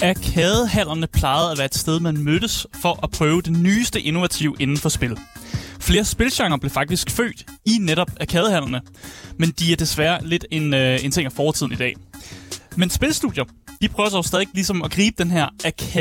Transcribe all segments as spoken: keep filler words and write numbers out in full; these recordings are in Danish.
Arkadehallerne plejede at være et sted, man mødtes for at prøve det nyeste innovativ inden for spil. Flere spilgenre blev faktisk født i netop arkadehallerne, men de er desværre lidt en, øh, en ting af fortiden i dag. Men spilstudier, de prøver så stadig ligesom at gribe den her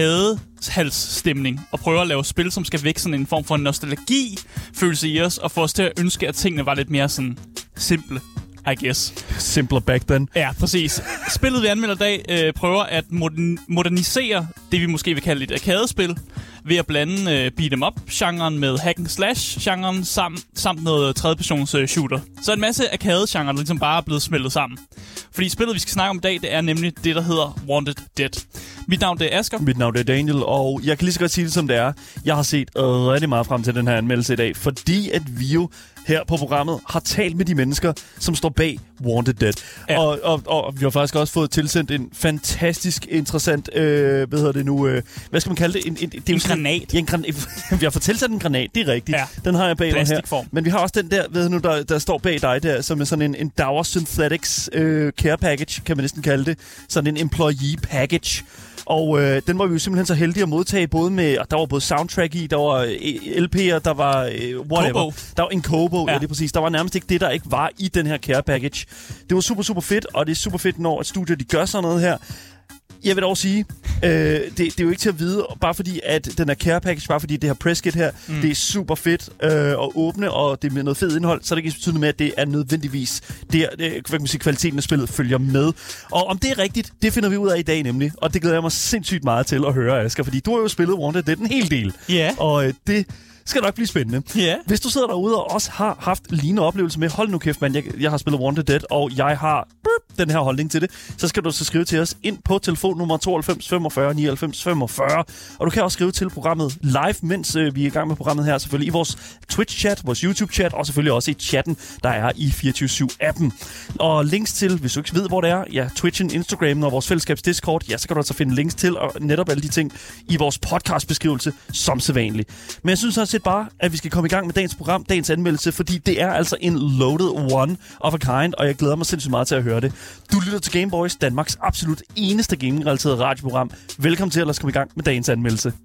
arkadehalsstemning og prøver at lave spil, som skal vække sådan en form for nostalgi-følelse i os, og få os til at ønske, at tingene var lidt mere sådan simple, I guess. Simpler back then. Ja, præcis. Spillet, vi anmelder i dag, øh, prøver at modern- modernisere det, vi måske vil kalde et arkadespil, ved at blande øh, beat-em-up-genren med hack-and-slash-genren samt, samt noget tredjepersons øh, shooter. Så en masse arcade-genre, der ligesom bare er blevet smeltet sammen. Fordi spillet, vi skal snakke om i dag, det er nemlig det, der hedder Wanted Dead. Mit navn det er Asger. Mit navn det er Daniel, og jeg kan lige så godt sige det, som det er. Jeg har set øh, rigtig meget frem til den her anmeldelse i dag, fordi at vi jo her på programmet har talt med de mennesker, som står bag Wanted Dead. Ja. Og, og, og vi har faktisk også fået tilsendt en fantastisk interessant, øh, hvad hedder det nu, øh, hvad skal man kalde det? En, en, det er en granat. Ja, en granat. Vi har fået tilsendt en granat, det er rigtigt. Ja. Den har jeg bag mig her. Form. Men vi har også den der, ved nu, der, der står bag dig der, som er sådan en, en Dower Synthetics øh, care package, kan man næsten kalde det. Sådan en employee package. Og øh, den var vi jo simpelthen så heldige at modtage, både med, og der var både soundtrack i, der var øh, L P'er, der var øh, whatever. Kobo. Der var en Kobo, ja. Ja, det er præcis. Der var nærmest ikke det, der ikke var i den her care package. Det var super, super fedt, og det er super fedt, når et studie, de gør sådan noget her. Jeg vil dog sige, øh, det, det er jo ikke til at vide, bare fordi, at den er care package, bare fordi det her presskit her, mm. det er super fedt øh, at åbne, og det er med noget fedt indhold, så er det ikke betydende med, at det er nødvendigvis, det er, det, hvad kan man sige, kvaliteten af spillet følger med. Og om det er rigtigt, det finder vi ud af i dag nemlig, og det glæder jeg mig sindssygt meget til at høre, Asger, fordi du har jo spillet Wanted Dead en hel del. Ja. Yeah. Og øh, det skal nok blive spændende. Yeah. Hvis du sidder derude og også har haft lignende oplevelser med, hold nu kæft, mand, jeg, jeg har spillet Wanted Dead, og jeg har burp, den her holdning til det, så skal du så skrive til os ind på telefonnummer tooghalvfems femogfyrre nioghalvfems femogfyrre, og du kan også skrive til programmet live, mens øh, vi er i gang med programmet her, selvfølgelig i vores Twitch-chat, vores YouTube-chat, og selvfølgelig også i chatten, der er i fireogtyve syv appen. Og links til, hvis du ikke ved, hvor det er, ja, Twitchen, Instagram og vores fællesskabs Discord, ja, så kan du altså finde links til, og netop alle de ting i vores podcastbeskrivelse, som sædvanligt. Men jeg synes også bare, at vi skal komme i gang med dagens program, dagens anmeldelse, fordi det er altså en loaded one of a kind, og jeg glæder mig sindssygt meget til at høre det. Du lytter til Game Boys, Danmarks absolut eneste gaming-relateret radioprogram. Velkommen til, og lad os komme i gang med dagens anmeldelse.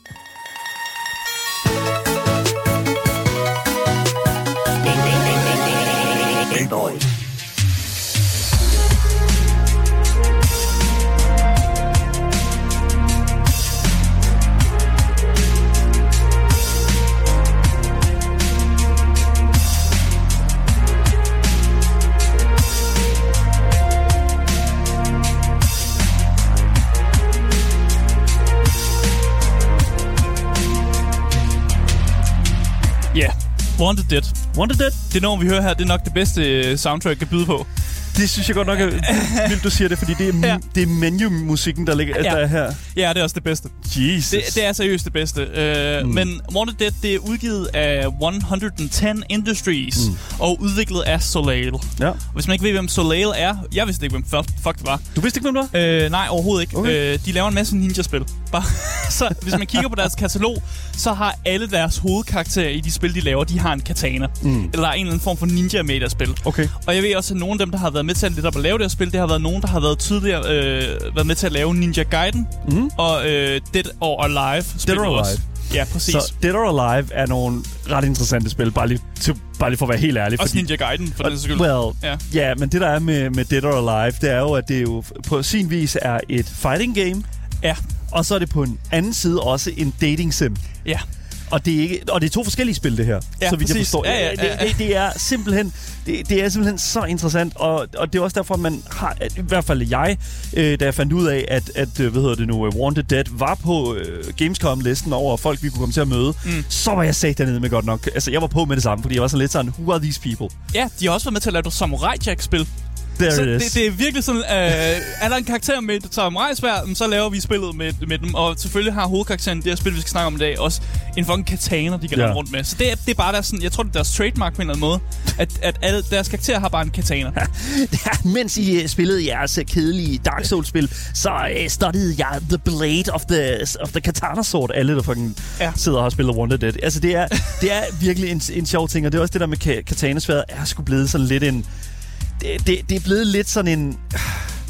Game Boys. Ja, yeah. Wanted Dead. Wanted Dead? Det nummer, vi hører her, det er nok det bedste soundtrack, jeg byder på. Det synes jeg godt nok er vildt, du siger det, fordi det er, ja. det er menu-musikken, der ligger ja. der er her. Ja, det er også det bedste. Jesus. Det, det er seriøst det bedste. Uh, mm. Men Wanted Dead, det er udgivet af et hundrede og ti Industries mm. og udviklet af Soleil. Ja. Hvis man ikke ved, hvem Soleil er, jeg vidste ikke, hvem fuck det var. Du vidste ikke, hvem det var? Uh, nej, overhovedet ikke. Okay. Uh, de laver en masse ninja-spil. Bare så hvis man kigger på deres katalog, så har alle deres hovedkarakterer i de spil, de laver, de har en katana. Mm. Eller en eller anden form for ninja med i deres spil. Okay. Og jeg ved også, at nogle af dem, der har været med til at, lidt at lave det her spil, det har været nogen, der har været tidligere øh, været med til at lave Ninja Gaiden mm. og øh, Dead or Alive. Dead or Alive. Også. Ja, præcis. Så Dead or Alive er nogle ret interessante spil, bare lige, til, bare lige for at være helt ærlig. Også fordi, Ninja Gaiden, for den skyld. Well, ja. ja, men det der er med, med Dead or Alive, det er jo, at det jo på sin vis er et fighting game. Ja. Og så er det på en anden side også en dating sim. Ja. Og det er ikke, og det er to forskellige spil, det her. Ja, så vidt præcis. jeg forstår. Ja, ja, ja, ja. Det, det, det er simpelthen det, det er simpelthen så interessant, og, og det er også derfor, man har, i hvert fald jeg, øh, da jeg fandt ud af, at, at hvad hedder det nu, Wanted Dead var på øh, Gamescom-listen over folk, vi kunne komme til at møde, mm. så var jeg sat dernede med godt nok. Altså, jeg var på med det samme, fordi jeg var sådan lidt sådan, who are these people? Ja, de har også været med til at lave et Samurai Jack-spil. There så it det, det er virkelig sådan, øh, er der en karakter med et samurai-sværd, så laver vi spillet med, med dem. Og selvfølgelig har hovedkarakteren, det her spil, vi skal snakke om i dag, også en fucking katana, de kan yeah. rende rundt med. Så det er, det er bare deres, sådan, jeg tror, det er deres trademark på en eller anden måde, at, at alle deres karakterer har bare en katana. Ja, mens I uh, spillede jeres uh, kedelige Dark Souls-spil, så uh, studiede jeg The Blade of the, of the Katana Sword. Alle, der fucking ja. sidder og har spillet Wanted Dead. Altså, det er, det er virkelig en, en sjov ting, og det er også det der med ka- katana-sværdet, er sgu blevet sådan lidt en... Det, det, det er blevet lidt sådan en...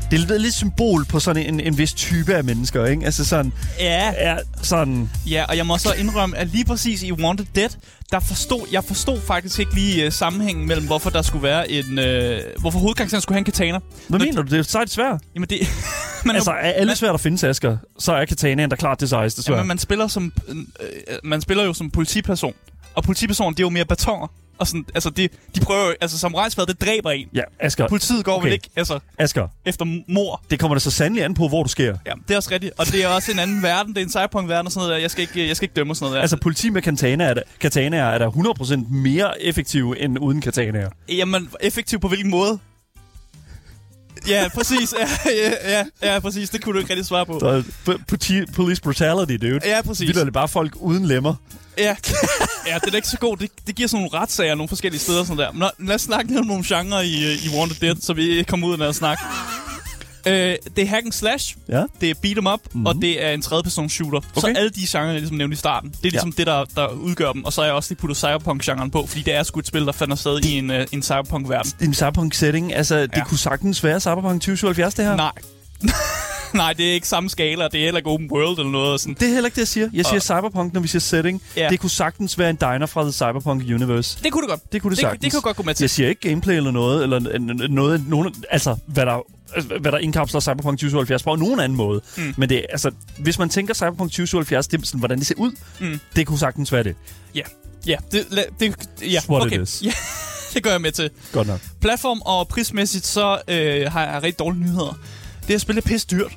det er lidt symbol på sådan en, en vis type af mennesker, ikke? Altså sådan... Ja. Ja, sådan... Ja, og jeg må så indrømme, at lige præcis i Wanted Dead, der forstod, jeg forstod faktisk ikke lige uh, sammenhængen mellem, hvorfor der skulle være en... Uh, hvorfor hovedkarakteren skulle have en katana. Hvad Når mener du? Det er sejt svært. Jamen det... man altså, jo, er alle man, svært at finde til Asger, så er katanaen der klart det sejeste svært. Jamen, man spiller som... Uh, man spiller jo som politiperson. Og politiperson, det er jo mere batoner. Og sådan, altså, de, de prøver jo... Altså, som rejsfærd, det dræber en. Ja, Asger. Politiet går okay. vel ikke, altså... Asger. Efter mor. Det kommer da så sandelig an på, hvor du sker. Ja, det er også rigtigt. Og det er også en anden verden. Det er en cyberpunk-verden og sådan noget der. Jeg skal ikke, jeg skal ikke dømme og sådan noget der. Altså, politi med katana er der, katanaer er der hundrede procent mere effektive end uden katanaer. Jamen, effektiv på hvilken måde? Ja, præcis. Ja, ja, ja, ja, præcis. Det kunne du ikke rigtig svare på. Så, p- police brutality, dude. Ja, præcis. Vi er det bare folk uden lemmer. Ja, ja, det er ikke så god. Det, det giver sådan nogle retssager nogle forskellige steder. Sådan der. Nå, lad os snakke lidt om nogle genrer i, i Wanted Dead, så vi kommer ud af at snakke. Øh, det er hack and slash, ja. Det er beat 'em up, mm-hmm. og det er en tredjepersons shooter. Okay. Så alle de genrer, jeg ligesom nævnte i starten, det er ligesom ja. det, der, der udgør dem. Og så har jeg også lige puttet cyberpunk-genren på, fordi det er sgu et spil, der fandt sted i en, uh, en cyberpunk-verden. En cyberpunk-setting? Altså, det ja. kunne sagtens være cyberpunk tyve syvoghalvfjerds, det her? Nej. Nej, det er ikke samme skala, det er heller ikke open world eller noget. Sådan. Det er heller ikke det, jeg siger. Jeg siger og... cyberpunk, når vi siger setting. Ja. Det kunne sagtens være en diner fra The Cyberpunk Universe. Det kunne det godt. Det kunne det, det sagtens. Det kunne godt gå med til. Jeg siger ikke gameplay eller noget, eller noget, nogen, altså, hvad der, hvad der indkapsler Cyberpunk tyve syvoghalvfjerds på nogen anden måde. Mm. Men det, altså, hvis man tænker Cyberpunk tyve syvoghalvfjerds, det er sådan, hvordan det ser ud, mm. det kunne sagtens være det. Ja, ja, det, det, ja, what okay. It is. Ja, det gør jeg med til. Godt nok. Platform og prismæssigt, så øh, har jeg rigtig dårlige nyheder. Det her spil er pisse dyrt.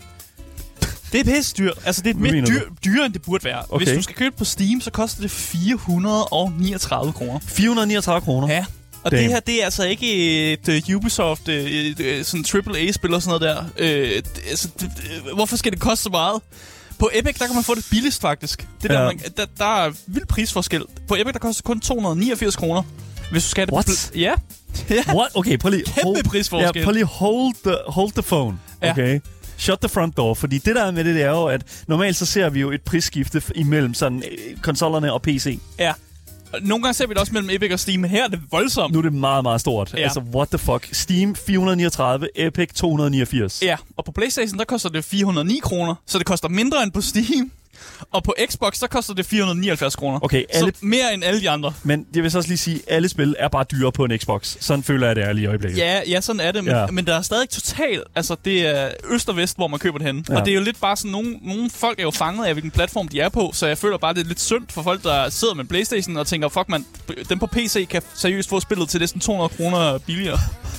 Det er pisse dyrt. Altså, det er mere dyr, dyrere, end det burde være. Okay. Hvis du skal købe på Steam, så koster det fire hundrede niogtredive kroner. fire hundrede niogtredive kroner? Ja. Og Damn. det her, det er altså ikke et uh, Ubisoft, uh, et, sådan triple A-spil og sådan noget der. Uh, det, altså, det, uh, hvorfor skal det koste så meget? På Epic, der kan man få det billigst, faktisk. Det der, ja. man, der, der er vild prisforskel. På Epic, der koster det kun to hundrede niogfirs kroner. Hvis du skal have det... What? På, ja. ja. What? Okay, prøv lige... Kæmpe hold, prisforskel. Ja, prøv lige hold the, hold the phone. Okay? Ja. Shut the front door, fordi det der med det, det er jo, at normalt så ser vi jo et prisskifte imellem sådan øh, konsollerne og P C. Ja. Nogle gange ser vi det også mellem Epic og Steam, men her er det voldsomt. Nu er det meget, meget stort. Ja. Altså, what the fuck? Steam fire hundrede niogtredive, Epic to hundrede niogfirs. Ja, og på PlayStation, der koster det fire hundrede og ni kroner, så det koster mindre end på Steam. Og på Xbox, der koster det fire hundrede og nioghalvfjerds kroner. Okay, alle... Så mere end alle de andre. Men jeg vil så også lige sige, at alle spil er bare dyre på en Xbox. Sådan føler jeg det er lige i øjeblikket. Ja, ja, sådan er det. Men, ja. men der er stadig totalt... Altså, det er øst og vest, hvor man køber det henne. Ja. Og det er jo lidt bare sådan... Nogle, nogle folk er jo fanget af, hvilken platform de er på. Så jeg føler bare, det er lidt synd for folk, der sidder med PlayStation og tænker, fuck man, dem på P C kan seriøst få spillet til næsten to hundrede kroner billigere.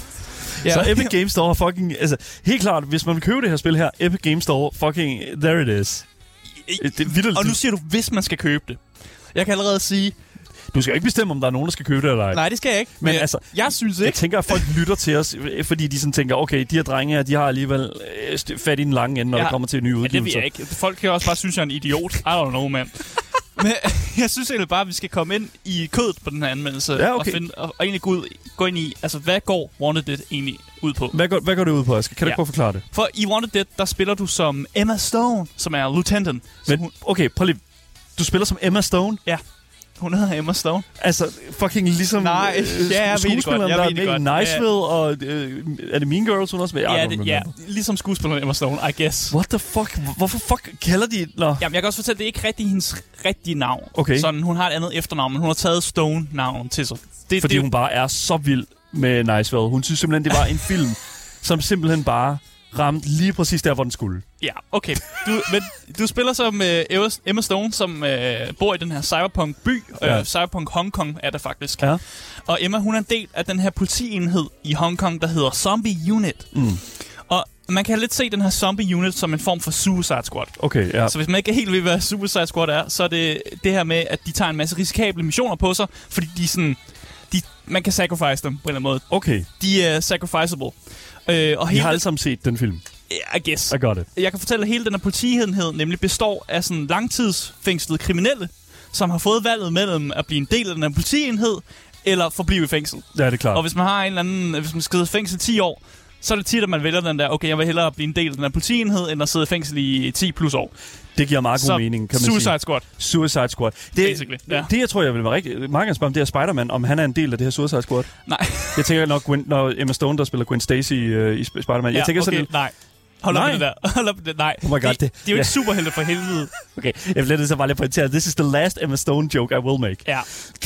Ja. Så Epic Games Store har fucking... Altså, helt klart, hvis man vil købe det her spil her, Epic Games Store, fucking... There it is. Det, og nu siger du, hvis man skal købe det. Jeg kan allerede sige... Du skal ikke bestemme, om der er nogen, der skal købe det eller ej. Nej, det skal jeg ikke. Men, men altså, jeg synes ikke. Jeg tænker, at folk lytter til os, fordi de sådan tænker, okay, de her drenge her, de har alligevel fat i den lange ende, når ja. det kommer til en ny udgivelse. Ja, det ved jeg ikke. Folk kan også bare synes, jeg er en idiot. I don't know, man. Men jeg synes egentlig bare, at vi skal komme ind i kødet på den her anmeldelse. Ja, okay. og, finde, og, og egentlig gå, ud, gå ind i, altså hvad går Wanted Dead egentlig ud på? Hvad går, hvad går det ud på, Asger? Kan du ja. prøve at forklare det? For i Wanted Dead, der spiller du som Emma Stone, som er lieutenant. Men, hun, okay, prøv lige. Du spiller som Emma Stone? Ja. Hun hedder Emma Stone. Altså, fucking ligesom Nej, øh, ja, jeg skuespilleren, jeg der er med i Niceville, ja. og øh, er det Mean Girls, hun også med? Ja, det, ja, ligesom skuespilleren Emma Stone, I guess. What the fuck? Hvorfor fuck kalder de... Nå. Jamen, jeg kan også fortælle, det er ikke rigtig hendes rigtige navn. Okay. Sådan, hun har et andet efternavn, men hun har taget Stone-navn til sig. Det, Fordi det, hun bare er så vild med Niceville. Hun synes simpelthen, det var en film, som simpelthen bare ramte lige præcis der, hvor den skulle. Ja, okay. Du, men du spiller som uh, Emma Stone, som uh, bor i den her cyberpunk-by. Ja. Uh, cyberpunk Hong Kong er det faktisk. Ja. Og Emma, hun er en del af den her politienhed i Hong Kong, der hedder Zombie Unit. Mm. Og man kan lidt se den her Zombie Unit som en form for Suicide Squad. Okay, ja. Så hvis man ikke er helt ved, hvad Suicide Squad er, så er det det her med, at de tager en masse risikable missioner på sig, fordi de er sådan... De, man kan sacrifice dem på en eller anden måde. Okay. De er sacrificable. Øh, og Vi har alle sammen set den film. I guess. I got it. Jeg kan fortælle, at hele den her politienhed nemlig består af sådan langtidsfængslede kriminelle, som har fået valget mellem at blive en del af den her politienhed, eller forblive i fængsel. Ja, det er klart. Og hvis man har en eller anden, hvis man skal sidde i fængsel ti år, så er det tit, at man vælger den der, okay, jeg vil hellere blive en del af den her politienhed, end at sidde i fængsel i ti plus år. Det giver meget god så mening, kan man Suicide sige. Squad. Suicide Squad. Det, ja. det, jeg tror, jeg vil være rigtig meget gerne spørge om, det er Spider-Man, om han er en del af det her Suicide Squad. Nej. Jeg tænker nok, Gwen, når Emma Stone, der spiller Gwen Stacy øh, i Spider-Man. Ja, jeg tænker okay, sådan, nej. Hold op med det der. Hold op med det. Nej. Oh my God, det, det, det er jo ja. ikke superhelte for helvede. Okay, jeg bliver nødt til bare lige pointere. This is the last Emma Stone joke I will make. Ja.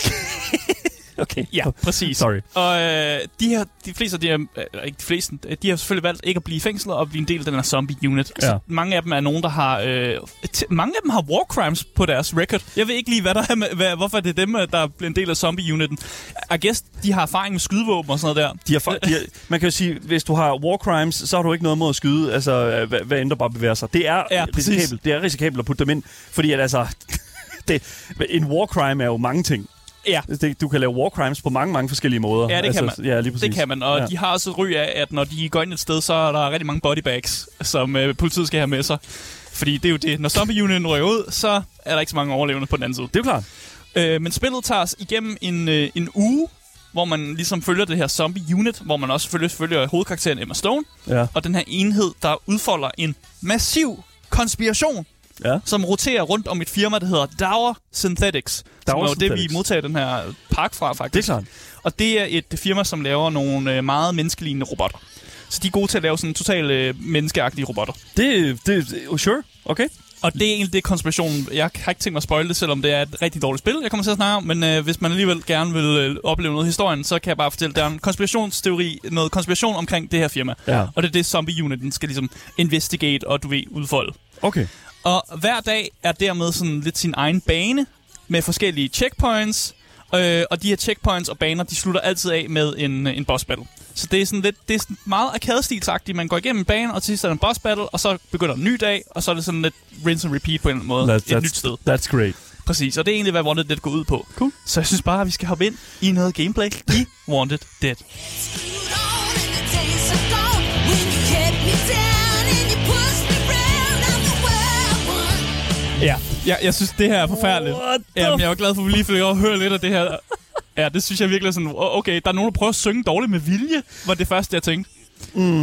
Okay. Ja, præcis. Sorry. Og øh, de her, de fleste af de her, øh, ikke de fleste, de har selvfølgelig valgt ikke at blive i fængsel og blive en del af den her zombie unit. Ja. Så mange af dem er nogen, der har, øh, t- mange af dem har war crimes på deres record. Jeg ved ikke lige, hvad der er med, hvad, hvorfor det er dem, der bliver en del af zombie uniten. I guess, de har erfaring med skydevåben og sådan noget der. De har, de har, man kan jo sige, hvis du har war crimes, så har du ikke noget mod at skyde, altså hvad, hvad end der bare bevæger sig. Det er ja, risikabelt. Det er risikabelt at putte dem ind, fordi at altså, det, en war crime er jo mange ting. Ja. Det, du kan lave war crimes på mange, mange forskellige måder. Ja, det altså, kan man. Ja, lige præcis. Det kan man, og ja. de har også et ry af, at når de går ind et sted, så er der rigtig mange bodybags, som øh, politiet skal have med sig. Fordi det er jo det, når zombie-uniten rører ud, så er der ikke så mange overlevende på den anden side. Det er klart. Øh, men spillet tager os igennem en, øh, en uge, hvor man ligesom følger det her zombie-unit, hvor man også følger, følger hovedkarakteren Emma Stone, ja. og den her enhed, der udfolder en massiv konspiration, ja. som roterer rundt om et firma, der hedder Dower Synthetics. Dower som er jo det, vi modtager den her pakke fra, faktisk. Det er klart. Og det er et firma, som laver nogle øh, meget menneskelignende robotter. Så de er gode til at lave sådan totalt øh, menneskeagtige robotter. Det, det, sure, okay. Og det er egentlig det konspirationen. Jeg har ikke tænkt mig at spoile det, selvom det er et rigtig dårligt spil, jeg kommer til at snakke om. Men øh, hvis man alligevel gerne vil øh, opleve noget i historien, så kan jeg bare fortælle, at der er en konspirationsteori, noget konspiration omkring det her firma. Ja. Og det er det, zombie-uniten skal ligesom investigate og, du ved, udfolde. Okay. Og hver dag er dermed sådan lidt sin egen bane med forskellige checkpoints. Øh, og de her checkpoints og baner, de slutter altid af med en, en boss battle. Så det er sådan lidt, det er sådan meget arcade-stilsagtigt. Man går igennem en bane, og til sidst er der en boss battle, og så begynder en ny dag, og så er det sådan lidt rinse and repeat på en måde. That's, et nyt sted. That's great. Præcis, og det er egentlig, hvad Wanted Dead går ud på. Cool. Så jeg synes bare, at vi skal hoppe ind i noget gameplay i Wanted Dead. Ja, jeg, jeg synes, det her er forfærdeligt. Jamen, jeg er glad for, at vi lige fik lov at høre lidt af det her. Ja, det synes jeg virkelig er sådan, okay, der er nogen, der prøver at synge dårligt med vilje, var det første, jeg tænkte. Mm.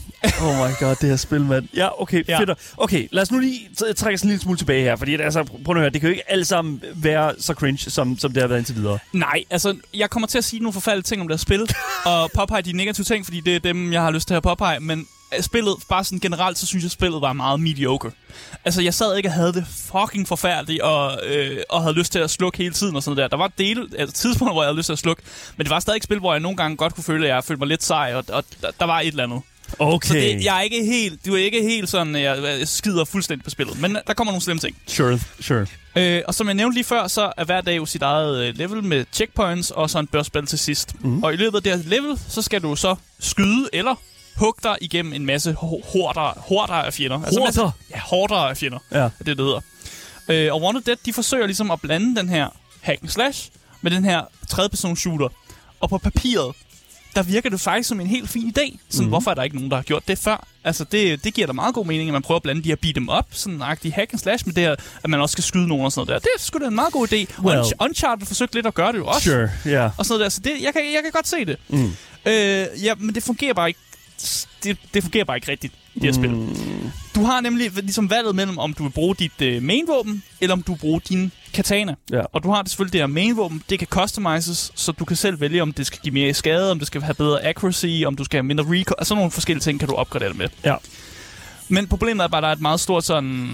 Oh my god, det her spil, mand. Ja, okay, ja. fedt. Okay, lad os nu lige trække os en lille smule tilbage her, fordi altså, prøv at høre, det kan jo ikke alle sammen være så cringe, som, som det har været indtil videre. Nej, altså, jeg kommer til at sige nogle forfærdelige ting om det her spil, og påpege de negative ting, fordi det er dem, jeg har lyst til at påpege, men spillet, bare sådan generelt, så synes jeg, at spillet var meget mediocre. Altså, jeg sad ikke og havde det fucking forfærdeligt, og, øh, og havde lyst til at slukke hele tiden og sådan der. Der var dele, altså tidspunkter, hvor jeg havde lyst til at slukke, men det var stadig et spil, hvor jeg nogle gange godt kunne føle, at jeg følte mig lidt sej, og, og der, der var et eller andet. Okay. Så det, jeg er ikke helt, du er ikke helt sådan, jeg, jeg skider fuldstændig på spillet, men der kommer nogle slemme ting. Sure, sure. Øh, og som jeg nævnte lige før, så er hver dag jo sit eget level med checkpoints, og så en børsspil til sidst. Mm. Og i løbet af det her level, så skal du så skyde eller hugge dig igennem en masse horder, horder af fjender. Horder? Altså masse, ja, horder af fjender, ja. det er det, det hedder. Øh, og Wanted Dead, de forsøger ligesom at blande den her hack and slash med den her tredjepersons shooter. Og på papiret, der virker det faktisk som en helt fin idé. Sådan, mm. hvorfor er der ikke nogen, der har gjort det før? Altså, det, det giver da meget god mening, at man prøver at blande de her beat them up, sådan en agtig hack and slash, med det her, at man også skal skyde nogen og sådan noget der. Det er sgu da en meget god idé. Well, og Uncharted forsøgte lidt at gøre det jo også. Sure, yeah. Og sådan noget der. Så det, jeg, kan, jeg kan godt se det. Mm. Øh, ja, men det fungerer bare ikke. Det, det fungerer bare ikke rigtigt i det her spil. Mm. Du har nemlig ligesom valget mellem, om du vil bruge dit uh, mainvåben, eller om du vil bruge din katana. Ja. Og du har det selvfølgelig det her mainvåben. Det kan customizes, så du kan selv vælge, om det skal give mere skade, om det skal have bedre accuracy, om du skal have mindre recoil. Altså nogle forskellige ting kan du opgradere det med. Ja. Men problemet er bare, at der er et meget stort sådan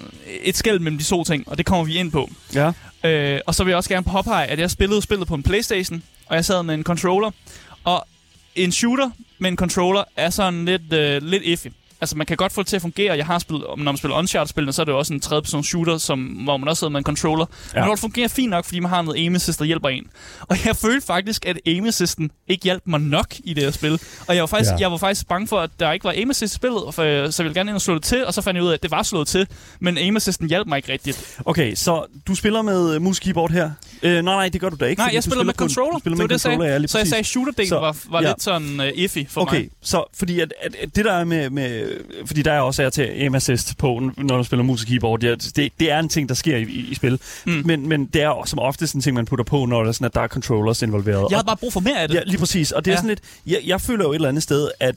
et skel mellem de to ting, og det kommer vi ind på. Ja. Øh, og så vil jeg også gerne påpege, at jeg spillede spillet på en PlayStation, og jeg sad med en controller, og en shooter med en controller er sådan lidt, øh, lidt iffy. Altså, man kan godt få det til at fungere. Jeg har spillet, når man spiller Uncharted-spillene, så er det jo også en tredjepersons shooter, som, hvor man også sidder med en controller. Ja. Men det fungerer fint nok, fordi man har noget aim assist, der hjælper en. Og jeg følte faktisk, at aim assisten ikke hjalp mig nok i det her spil. Og jeg var faktisk, ja. jeg var faktisk bange for, at der ikke var aim assist i spillet, så jeg ville gerne ind og slå det til, og så fandt jeg ud af, at det var slået til, men aim assisten hjalp mig ikke rigtigt. Okay, så du spiller med mus keyboard her? Øh, nej, nej, det gør du da ikke. Nej, jeg spiller med controller. Du spiller med det, controller, ja, lige så jeg sagde, shooter-delen var, var ja. lidt sådan uh, iffy for okay, mig. Okay, så fordi at, at, at det der er med, med fordi der er også er til aim assist på, når du spiller mus og keyboard. Det, det, det er en ting, der sker i, i, i spil. Mm. Men, men det er som oftest en ting, man putter på, når der er, sådan, at der er controllers involveret. Jeg har bare brug for mere af det. Ja, lige præcis. Og det er ja. sådan lidt... Jeg, jeg føler jo et eller andet sted, at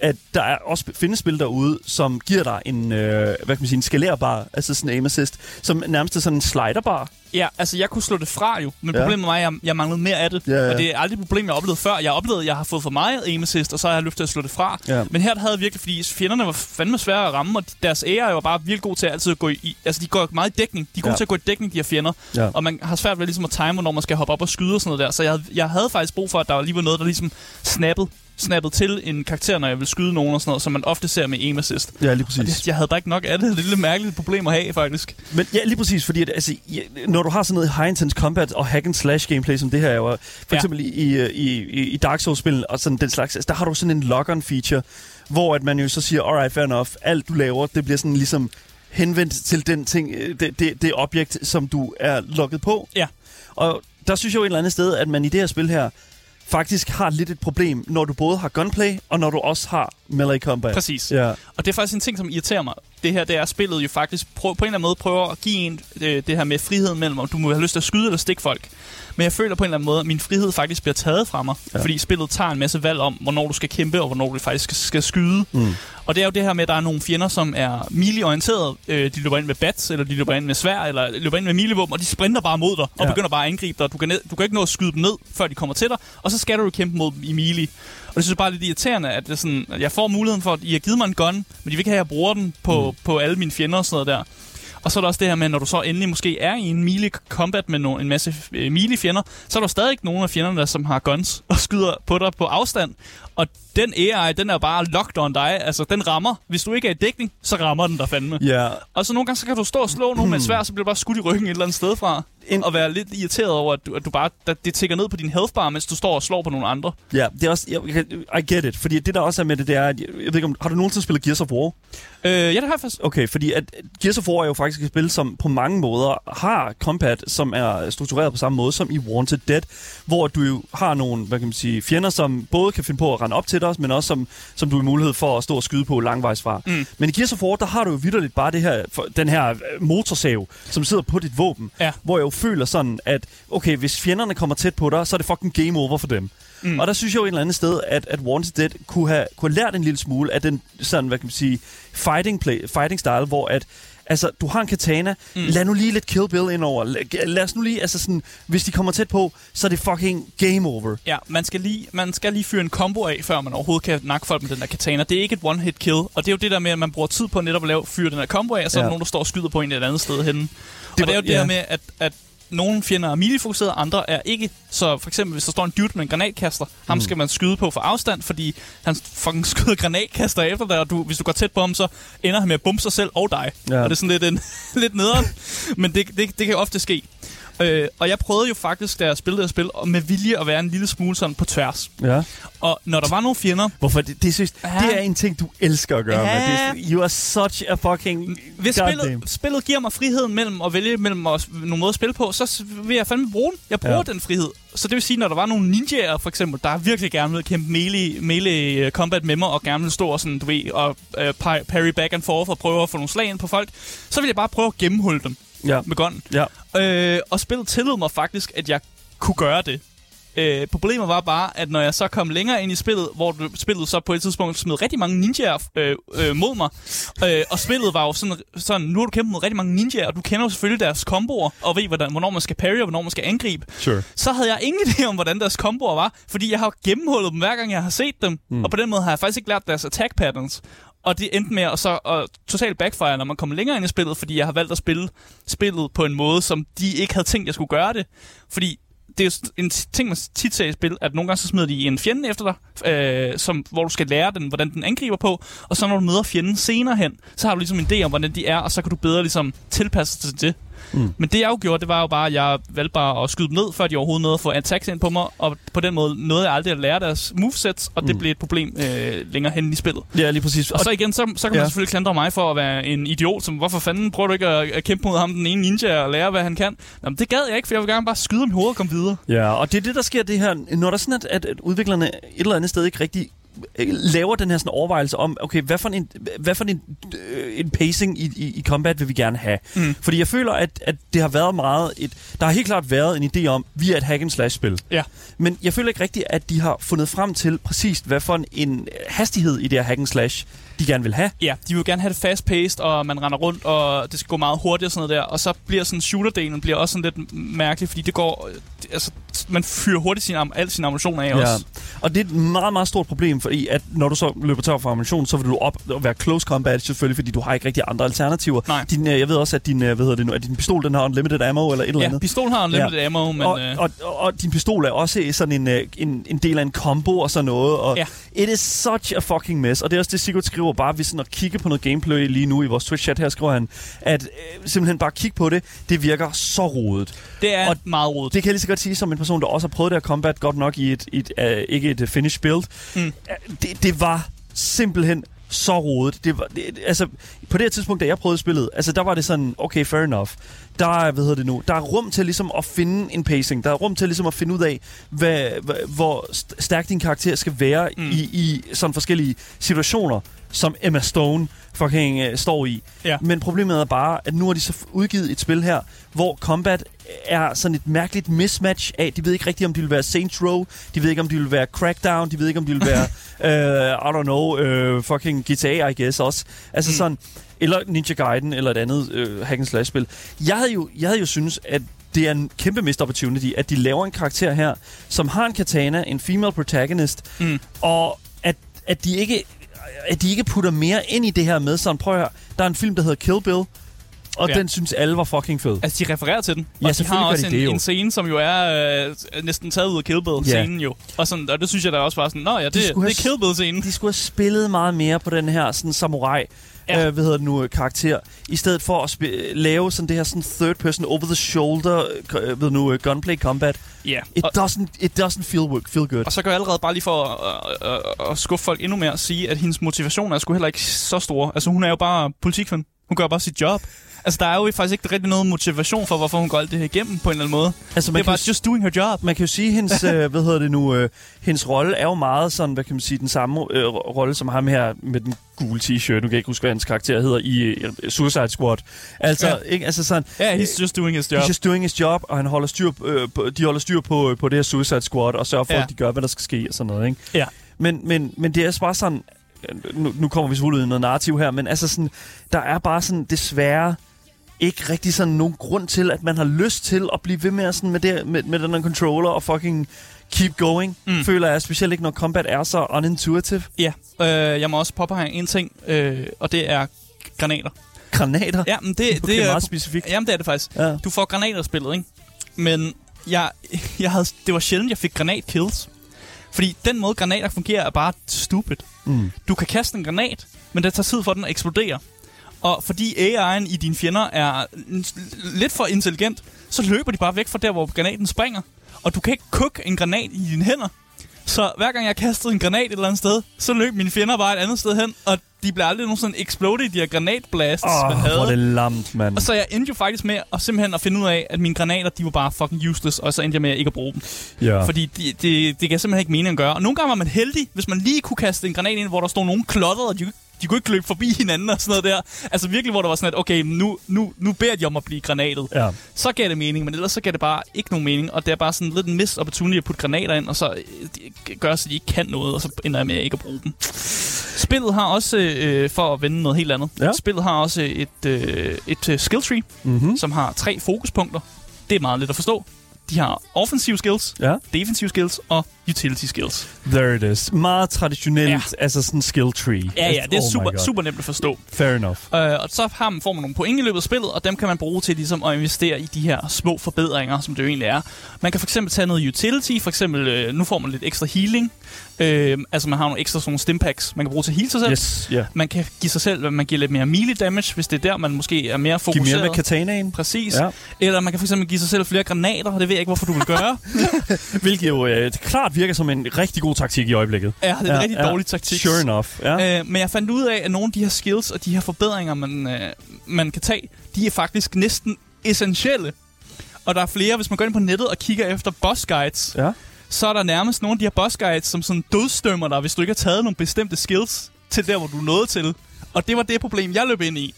at der er også findes spil derude, som giver dig en, øh, hvad kan man sige, en skalerbar, altså sådan en aim assist, som nærmest er sådan en sliderbar. Ja, altså jeg kunne slå det fra jo, men ja. problemet var, at jeg, jeg manglede mere af det. Ja, ja. Og det er aldrig et problem, jeg har oplevet før. Jeg har oplevet, at jeg har fået for meget aim assist, og så har jeg lyst til at slå det fra. Ja. Men her der havde jeg virkelig, fordi fjenderne var fandme svære at ramme, og deres A I var bare virkelig gode til at altid gå i... Altså de går meget i dækning. De er gode ja. til at gå i dækning, de her fjender. Ja. Og man har svært ved ligesom at time, når man skal hoppe op og skyde og sådan noget der. Så jeg havde, jeg havde faktisk brug for, at der var lige var noget, der ligesom snappede. snappet til en karakter, når jeg vil skyde nogen og sådan noget, som man ofte ser med aim assist. Ja, lige præcis. Det, jeg havde bare ikke nok af det. Det er et lidt mærkeligt problem at have, faktisk. Men ja, lige præcis, fordi at, altså, når du har sådan noget high-intense combat og hack-and-slash gameplay, som det her er jo, for ja. eksempel i, i, i, i Dark Souls-spil og sådan den slags, altså, der har du sådan en lock-on-feature, hvor at man jo så siger, alright, fair enough, alt du laver, det bliver sådan ligesom henvendt til den ting, det, det, det objekt, som du er logget på. Ja. Og der synes jeg jo et eller andet sted, at man i det her spil her, faktisk har lidt et problem, når du både har gunplay, og når du også har melee combat. Præcis. Ja. Og det er faktisk en ting, som irriterer mig. Det her, det er spillet jo faktisk prøv, på en eller anden måde prøver at give en øh, det her med friheden mellem, om du må have lyst til at skyde eller stikke folk. Men jeg føler på en eller anden måde, at min frihed faktisk bliver taget fra mig. Ja. Fordi spillet tager en masse valg om, hvornår du skal kæmpe, og hvornår du faktisk skal, skal skyde. Mm. Og det er jo det her med, at der er nogle fjender, som er melee-orienteret. Øh, de løber ind med bats, eller de løber ind med sværd, eller løber ind med melee-våben, og de sprinter bare mod dig, og ja. begynder bare at angribe dig. Du kan, ned, du kan ikke nå at skyde dem ned, før de kommer til dig, og så skal du kæmpe mod dem i melee. Og det synes jeg bare er lidt irriterende, at, det sådan, at jeg får muligheden for, at I har givet mig en gun, men de vil ikke have, at jeg bruger den på, mm. på alle mine fjender og sådan noget der. Og så er der også det her med, når du så endelig måske er i en melee combat med no- en masse øh, melee fjender, så er der stadig ikke nogen af fjenderne, der som har guns og skyder på dig på afstand. Og den A I, den er bare locked on dig. Altså, den rammer. Hvis du ikke er i dækning, så rammer den der fandme. Yeah. Og så nogle gange, så kan du stå og slå nogen med et sværd, så bliver du bare skudt i ryggen et eller andet sted fra. En... Og være lidt irriteret over, at du, at du bare, at det tikker ned på din health bar, mens du står og slår på nogle andre. Ja, yeah, det er også, jeg, I get it. Fordi det der også er med det, det er, at, jeg ved ikke om, har du nogensinde spillet Gears of War? Øh, ja, det har jeg faktisk. Okay, fordi at Gears of War er jo faktisk et spil, som på mange måder har combat, som er struktureret på samme måde som i Wanted Dead, hvor du jo har nogle, hvad kan man sige, fjender, som både kan finde på at rende op til dig, men også som, som du har mulighed for at stå og skyde på langvejs fra. Mm. Men i Gears of War, der har du jo vitterligt bare det her, den her motorsav, som sidder på dit våben, ja. Hvor jeg jo føler sådan, at okay, hvis fjenderne kommer tæt på dig, så er det fucking game over for dem. Mm. Og der synes jeg jo et eller andet sted, at, at Wanted Dead kunne have, kunne have lært en lille smule af den sådan, hvad kan man sige, fighting, play, fighting style, hvor at altså, du har en katana, mm. lad nu lige lidt Kill Bill ind over. Lad, lad os nu lige, altså sådan, hvis de kommer tæt på, så er det fucking game over. Ja, man skal lige, man skal lige fyre en combo af, før man overhovedet kan nakke folk med den der katana. Det er ikke et one-hit kill, og det er jo det der med, at man bruger tid på netop at lave, fyre den der combo af, og så er der ja. nogen, der står og skyder på en et andet sted henne. Det og det er jo det ja. der med, at, at nogle fjender er melee-fokuseret, andre er ikke. Så for eksempel, hvis der står en dude med en granatkaster, mm. ham skal man skyde på for afstand, fordi han fucking skyder granatkaster efter dig, og du, hvis du går tæt på ham, så ender han med at bombe sig selv og dig. Ja. Og det er sådan lidt, en, lidt nederen, men det, det, det kan ofte ske. Øh, og jeg prøvede jo faktisk, da jeg spillede det spil, med vilje at være en lille smule sådan på tværs. Ja. Og når der var nogle fjender... Hvorfor? Det, det, synes, ja. det er en ting, du elsker at gøre. Ja. Med. Det, you are such a fucking... Hvis spillet, spillet giver mig friheden mellem at vælge mellem os, nogle måder at spille på, så vil jeg fandme bruge den. Jeg bruger ja. den frihed. Så det vil sige, når der var nogle ninjaer, for eksempel, der virkelig gerne ville kæmpe melee, melee combat med mig, og gerne ville stå og, sådan, du ved, og uh, parry back and forth og prøve at få nogle slag ind på folk, så vil jeg bare prøve at gennemholde dem. Ja. Med gunnen. Ja. Øh, og spillet tillod mig faktisk, at jeg kunne gøre det. Øh, problemet var bare, at når jeg så kom længere ind i spillet, hvor du, spillet så på et tidspunkt smed rigtig mange ninjaer øh, øh, mod mig, øh, og spillet var jo sådan, sådan, nu har du kæmpet mod rigtig mange ninjaer, og du kender jo selvfølgelig deres komboer, og ved, hvordan, hvornår man skal parry, og hvornår man skal angribe. Sure. Så havde jeg ingen idé om, hvordan deres komboer var, fordi jeg har gennemhullet dem, hver gang jeg har set dem, mm. og på den måde har jeg faktisk ikke lært deres attack patterns. Og det endte med at så at totalt backfire, når man kommer længere ind i spillet, fordi jeg har valgt at spille spillet på en måde, som de ikke havde tænkt, jeg skulle gøre det. Fordi det er en ting, man tit ser i spil, at nogle gange så smider de en fjende efter dig, øh, som, hvor du skal lære den, hvordan den angriber på, og så når du møder fjenden senere hen, så har du ligesom en idé om, hvordan de er, og så kan du bedre ligesom tilpasse dig til det. Mm. Men det jeg jo gjorde, det var jo bare, at jeg valgte bare at skyde dem ned, før de overhovedet nåede at få attacks ind på mig, og på den måde nåede jeg aldrig at lære deres movesets, og det mm. blev et problem øh, længere hen i spillet. Ja, lige præcis. Og så igen, så, så kan man ja. selvfølgelig klandre mig for at være en idiot, som hvorfor fanden prøver du ikke at, at kæmpe mod ham, den ene ninja, og lære, hvad han kan? Jamen, det gad jeg ikke, for jeg vil gerne bare skyde ham i hovedet og komme videre. Ja, og det er det, der sker det her, når der er sådan, at, at, at udviklerne et eller andet sted ikke rigtig laver den her sådan overvejelse om, okay, hvad for en, hvad for en, øh, en pacing i, i, i combat vil vi gerne have? Mm. Fordi jeg føler, at, at det har været meget et... Der har helt klart været en idé om, vi er et hack-and-slash-spil. Ja. Men jeg føler ikke rigtigt, at de har fundet frem til præcis, hvad for en, en hastighed i det her hack-and-slash, de gerne vil have. Ja, de vil gerne have det fast-paced, og man render rundt, og det skal gå meget hurtigt og sådan noget der. Og så bliver sådan shooter-delen bliver også sådan lidt mærkelig, fordi det går... Altså, man fyrer hurtigt sin, al sin ammunition af ja. også. Og det er et meget, meget stort problem, fordi at når du så løber tør for ammunition, så vil du op og være close combat selvfølgelig, fordi du har ikke rigtig andre alternativer. Nej. Din, jeg ved også, at din, hvad hedder det nu, at din pistol, den har unlimited ammo eller et eller andet. Ja, pistolen har unlimited ja. ammo, men... Og, og, og, og din pistol er også sådan en, en, en del af en combo og sådan noget, og ja. It is such a fucking mess. Og det er også det, Sigurd skriver, bare ved sådan at kigge på noget gameplay lige nu i vores Twitch-chat her, skriver han, at øh, simpelthen bare kigge på det, det virker så rodet. Det er og meget rodet. Det kan jeg lige så godt sige som en person, der også har prøvet det her combat godt nok i et, et, et uh, ikke et finish build. Mm. Det, det var simpelthen så rodet. Det var, det, altså, på det her tidspunkt, da jeg prøvede spillet, altså, der var det sådan, okay, fair enough. Der er, hvad hedder det nu, der er rum til ligesom at finde en pacing. Der er rum til ligesom at finde ud af, hvad, hvad, hvor stærk din karakter skal være mm. i, i sådan forskellige situationer, som Emma Stone fucking uh, står i. Ja. Men problemet er bare, at nu har de så udgivet et spil her, hvor combat er sådan et mærkeligt mismatch af, de ved ikke rigtigt, om de vil være Saints Row, de ved ikke, om de vil være Crackdown, de ved ikke, om de vil være, uh, I don't know, uh, fucking G T A, I guess også. Altså mm. sådan, eller Ninja Gaiden, eller et andet uh, hack-and-slash-spil. Jeg havde jo, jeg havde jo synes, at det er en kæmpe missed opportunity, at de laver en karakter her, som har en katana, en female protagonist, mm. og at, at de ikke at de ikke putter mere ind i det her med sådan, prøv at høre, der er en film, der hedder Kill Bill, og ja. Den synes alle var fucking fed. Altså, de refererer til den. Ja, og de har også de en, det, en scene, som jo er øh, næsten taget ud af Kill Bill-scenen ja. jo. Og, sådan, og det synes jeg da også var sådan, nå ja, det, de det er Kill Bill-scenen. De skulle have spillet meget mere på den her sådan samurai, ja. øh, hvad hedder det nu, karakter, i stedet for at sp- lave sådan det her sådan third person over the shoulder, øh, ved nu, gunplay combat. Ja. Yeah. It doesn't, it doesn't feel, feel good. Og så kan jeg allerede bare lige for at, at, at, at skuffe folk endnu mere sige, at hendes motivation er sgu heller ikke så stor. Altså, hun er jo bare politikvand. Hun gør bare sit job. Altså, der er jo faktisk ikke rigtig noget motivation for, hvorfor hun går alt det her igennem på en eller anden måde. Altså, man det er bare s- just doing her job. Man kan jo sige, hendes, øh, hvad hedder det nu, øh, hendes rolle er jo meget sådan, hvad kan man sige, den samme øh, rolle som ham her med den gule t-shirt. Nu kan jeg ikke huske, hvad hans karakter hedder i øh, Suicide Squad. Altså, ja. ikke? Altså sådan... Ja, yeah, he's just doing his job. He's just doing his job, og han holder styr, øh, på, de holder styr på, på det her Suicide Squad, og sørger for, ja. at de gør, hvad der skal ske og sådan noget, ikke? Ja. Men, men, men det er bare sådan... Nu, nu kommer vi selvfølgelig ud i noget narrativ her, men altså sådan... Der er bare sådan, desværre... ikke rigtig sådan nogen grund til, at man har lyst til at blive ved med, sådan med, det, med, med den her controller og fucking keep going, mm. føler jeg, specielt ikke når combat er så unintuitive. Ja, øh, jeg må også påpege en ting, øh, og det er granater. Granater? Ja, men det, okay, det er meget specifikt. Jamen, det er det faktisk. Ja. Du får granater i spillet, ikke? Men jeg, jeg havde, det var sjældent, jeg fik granatkills. Fordi den måde, granater fungerer, er bare stupid. Mm. Du kan kaste en granat, men det tager tid for den at eksplodere. Og fordi A I'en i dine fjender er lidt for intelligent, så løber de bare væk fra der, hvor granaten springer. Og du kan ikke kukke en granat i dine hænder. Så hver gang jeg kastede en granat et eller andet sted, så løb mine fjender bare et andet sted hen, og de blev aldrig nogensinde exploded i de her granatblasts, oh, man havde. Åh, hvor det lamt, mand. Og så jeg endte jo faktisk med at simpelthen at finde ud af, at mine granater, de var bare fucking useless, og så endte jeg med at ikke at bruge dem. Ja. Fordi det de, de gav simpelthen ikke mening at gøre. Og nogle gange var man heldig, hvis man lige kunne kaste en granat ind, hvor der stod nogen klodret, og de De kunne ikke løbe forbi hinanden og sådan noget der. Altså virkelig, hvor der var sådan, at okay, nu, nu, nu beder de om at blive granatet. Ja. Så gav det mening, men ellers så gav det bare ikke nogen mening. Og det er bare sådan lidt en missed opportunity at putte granater ind, og så øh, gør så de ikke kan noget, og så ender jeg med at ikke at bruge dem. Spillet har også, øh, for at vende noget helt andet, ja. Spillet har også et, øh, et uh, skill tree, mm-hmm. som har tre fokuspunkter. Det er meget let at forstå. De har offensive skills, ja. Defensive skills og utility skills. There it is. Meget traditionelt, ja. Altså sådan skill tree. Ja, ja, det er oh super, super nemt at forstå. Fair enough. Uh, og så har man, får man nogle point i løbet af spillet, og dem kan man bruge til ligesom at investere i de her små forbedringer, som det jo egentlig er. Man kan for eksempel tage noget utility, for eksempel, øh, nu får man lidt ekstra healing. Øh, altså man har nogle ekstra sådan nogle stimpacks, man kan bruge til at heal sig selv. Yes, yeah. Man kan give sig selv, man giver lidt mere melee damage, hvis det er der, man måske er mere fokuseret. Giv mere med katanaen. Præcis. Ja. Eller man kan for eksempel give sig selv flere granater, og det ved jeg ikke, hvorfor du vil gøre. Hvilket jo øh, klart virker som en rigtig god taktik i øjeblikket. Ja, det er en ja, rigtig ja. dårlig taktik. Sure enough. Ja. Øh, men jeg fandt ud af, at nogle af de her skills og de her forbedringer, man, øh, man kan tage, de er faktisk næsten essentielle. Og der er flere, hvis man går ind på nettet og kigger efter boss guides, ja. så er der nærmest nogle af de her boss guides, som sådan dødstømmer dig, hvis du ikke har taget nogle bestemte skills til der, hvor du er nået til. Og det var det problem, jeg løb ind i.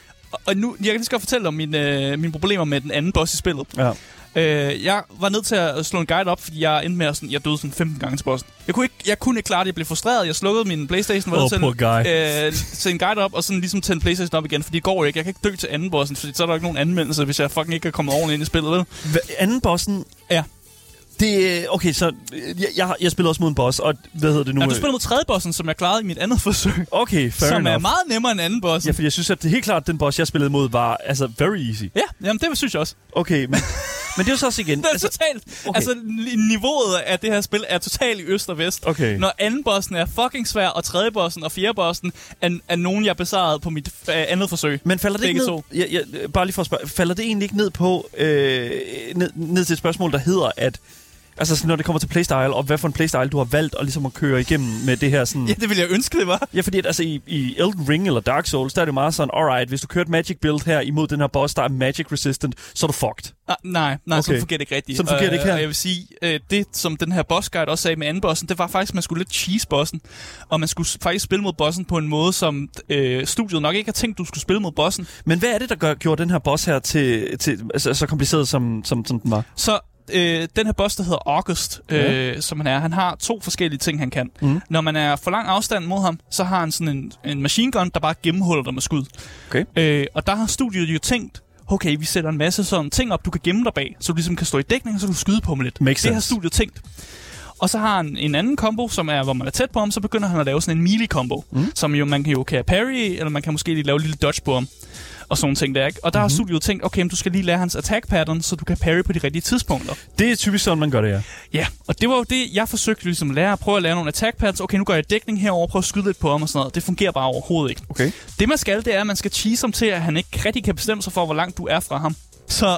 Og nu, jeg kan lige så godt fortælle om mine, øh, mine problemer med den anden boss i spillet. Ja. Øh, jeg var nødt til at slå en guide op, fordi jeg endte med at sådan, jeg døde sådan femten gange til bossen. Jeg kunne ikke, jeg kunne ikke klare det, jeg blev frustreret. Jeg slukkede min PlayStation, oh, til øh, til en guide op, og sådan ligesom tænde PlayStation op igen, fordi det går jo ikke. Jeg kan ikke dø til anden bossen, fordi så er der ikke nogen anmeldelse, hvis jeg fucking ikke er kommet ordentligt ind i spillet, vel? Hva- anden bossen? Ja. Det, okay, så jeg, jeg, jeg spiller også mod en boss, og hvad hedder det nu? Ja, du spiller mod tredje bossen, som jeg klarede i mit andet forsøg. Okay, fair Som enough. er meget nemmere end anden bossen. Ja, for jeg synes, at det helt klart, at den boss, jeg spillede mod, var altså very easy. Ja, jamen det synes jeg også. Okay, men, men det er jo så også igen... Det er altså, totalt... okay. Altså, niveauet af det her spil er totalt i øst og vest. Okay. Når anden bossen er fucking svær, og tredje bossen og fjerde bossen er, er nogen, jeg besvarede på mit uh, andet forsøg. Men falder det ikke ned... To. Ja, ja, bare lige for at spørge, falder det egentlig ikke ned på... Øh, ned, ned til et spørgsmål, der hedder, at... Altså, når det kommer til playstyle, og hvad for en playstyle du har valgt at ligesom at køre igennem med det her sådan... Ja, det ville jeg ønske, det var. Ja, fordi at, altså, i, i Elden Ring eller Dark Souls, der er det meget sådan, alright, hvis du kører et magic build her imod den her boss, der er magic resistant, så er du fucked. Ah, nej, nej, okay. Så fungerer det ikke rigtigt. Så fungerer det ikke her. Og jeg vil sige, øh, det som den her boss guide også sagde med anden bossen, det var faktisk, at man skulle lidt cheese bossen. Og man skulle faktisk spille mod bossen på en måde, som øh, studiet nok ikke har tænkt, du skulle spille mod bossen. Men hvad er det, der gør, gjorde den her boss her til, til altså, så kompliceret, som, som, som den var? Så øh, den her boss, der hedder August, øh, ja. som han er, han har to forskellige ting, han kan. Mm. Når man er for lang afstand mod ham, så har han sådan en, en machine gun, der bare gennemhuller dig med skud. Okay. Øh, og der har studiet jo tænkt, okay, vi sætter en masse sådan ting op, du kan gemme dig bag, så du ligesom kan stå i dækning, og så kan du skyde på ham lidt. Makes det sense. har studiet tænkt. Og så har han en anden combo, som er, hvor man er tæt på ham, så begynder han at lave sådan en melee-combo, mm. som jo man kan jo kan parry, eller man kan måske lige lave en lille dodge på ham. Og sådan ting der, ikke? Og der mm-hmm. har studiet tænkt, okay, men du skal lige lære hans attack pattern, så du kan parry på de rigtige tidspunkter. Det er typisk sådan, man gør det, ja. Ja, og det var jo det, jeg forsøgte ligesom at lære. Prøve at lære nogle attack patterns. Okay, nu gør jeg dækning herover, prøv at skyde lidt på ham og sådan noget. Det fungerer bare overhovedet ikke. Okay. Det man skal, det er, at man skal cheese ham til, at han ikke rigtig kan bestemme sig for, hvor langt du er fra ham. Så,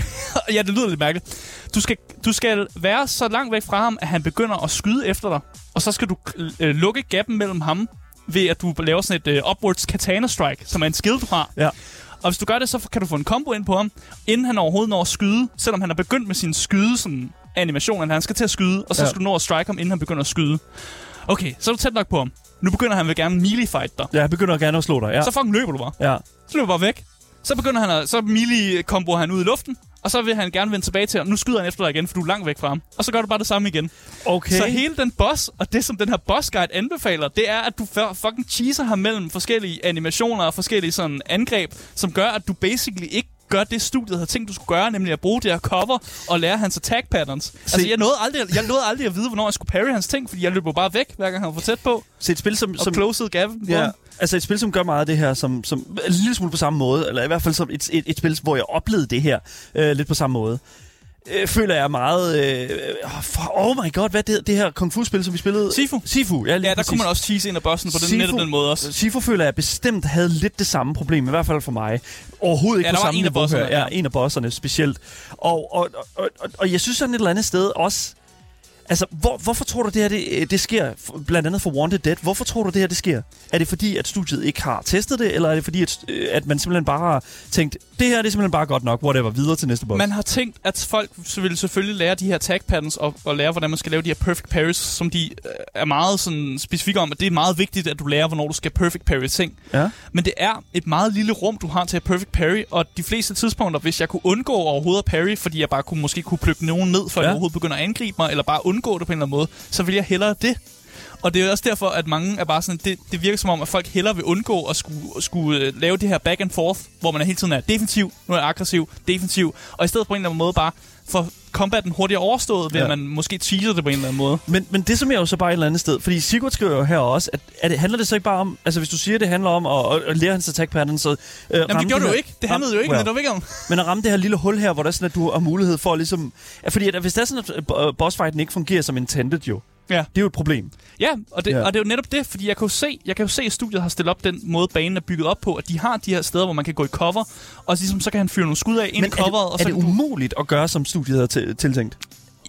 ja, det lyder lidt mærkeligt. Du skal, du skal være så langt væk fra ham, at han begynder at skyde efter dig. Og så skal du øh, lukke gappen mellem ham, ved at du laver sådan et øh, upwards katana strike, som er en skill, du har. Ja. Og hvis du gør det, så kan du få en combo ind på ham, inden han overhovedet når at skyde, selvom han har begyndt med sin skyde sådan animation, at han skal til at skyde, og så ja. skal du nå at strike ham, inden han begynder at skyde. Okay, så er du tæt nok på ham. Nu begynder han vel gerne melee fight dig. Ja, han begynder gerne at slå dig, ja. Så fucking løber du bare. Ja. Så løber du bare væk. Så begynder han at, så melee-komboer han ud i luften, og så vil han gerne vende tilbage til ham. Nu skyder han efter dig igen, for du er langt væk fra ham. Og så gør du bare det samme igen. Okay. Så hele den boss, og det som den her boss guide anbefaler, det er, at du fucking cheeser ham mellem forskellige animationer og forskellige sådan angreb, som gør, at du basically ikke gør det, studiet havde tænkt, du skulle gøre, nemlig at bruge det her cover og lære hans attack patterns. Se. Altså, jeg nåede, aldrig, jeg nåede aldrig at vide, hvornår jeg skulle parry hans ting, fordi jeg løb bare væk, hver gang han var for tæt på. Så et spil, som... Og som closed gaven. Ja, altså et spil, som gør meget af det her, som, som en lille smule på samme måde, eller i hvert fald som et, et, et spil, hvor jeg oplevede det her øh, lidt på samme måde. Øh, føler jeg meget... Øh, for, oh my god, hvad er det, det her kung fu-spil, som vi spillede? Sifu. Sifu, ja, lige ja der præcis. kunne man også cheese ind af bossen på den, Sifu, netop den måde også. Sifu føler jeg bestemt havde lidt det samme problem, i hvert fald for mig. Overhovedet ikke ja, på samme niveau her. Ja, ja, en af bosserne specielt. Og, og, og, og, og jeg synes sådan et eller andet sted også... Altså, hvor, hvorfor tror du, det her det, det sker? Blandt andet for Wanted Dead. Hvorfor tror du, det her det sker? Er det fordi, at studiet ikke har testet det? Eller er det fordi, at, at man simpelthen bare har tænkt, det her det er simpelthen bare godt nok, whatever, videre til næste boss? Man har tænkt, at folk vil selvfølgelig lære de her attack patterns og, og lære, hvordan man skal lave de her perfect parries, som de øh, er meget sådan specifikke om, at det er meget vigtigt, at du lærer, hvornår du skal perfect parry ting. Ja. Men det er et meget lille rum, du har til at perfect parry, og de fleste tidspunkter, hvis jeg kunne undgå overhovedet at parry, fordi jeg bare kunne måske kunne plukke nogen ned, før ja. jeg overhovedet begynder at angribe mig, eller bare undgå det på en eller anden måde, så vil jeg hellere det. Og det er også derfor, at mange er bare sådan, det, det virker som om, at folk hellere vil undgå at skulle, skulle lave det her back and forth, hvor man er hele tiden er defensiv, nu er jeg aggressiv, defensiv, og i stedet på en eller anden måde bare for combaten hurtigere overstået, ved ja. at man måske teaser det på en eller anden måde. Men, men det som jeg jo så bare et eller andet sted, fordi Sigurd skriver jo her også, at, at det, handler det så ikke bare om, altså hvis du siger, at det handler om at, at lære hans attack pattern, så... Øh, Jamen det gjorde det jo ikke. Det handlede ram, jo ikke, well, men det var ikke om. Men at ramme det her lille hul her, hvor der er sådan, at du har mulighed for at ligesom... Fordi at, hvis det er sådan, at bossfighten ikke fungerer som intended jo, ja. det er jo et problem. Ja, og det, ja. og det er jo netop det, fordi jeg kan jo se, jeg kan jo se, at studiet har stillet op den måde, banen er bygget op på, at de har de her steder, hvor man kan gå i cover, og ligesom, så kan han fyre nogle skud af ind i coveret. Men er det, og så er det umuligt at gøre, som studiet har t- tiltænkt?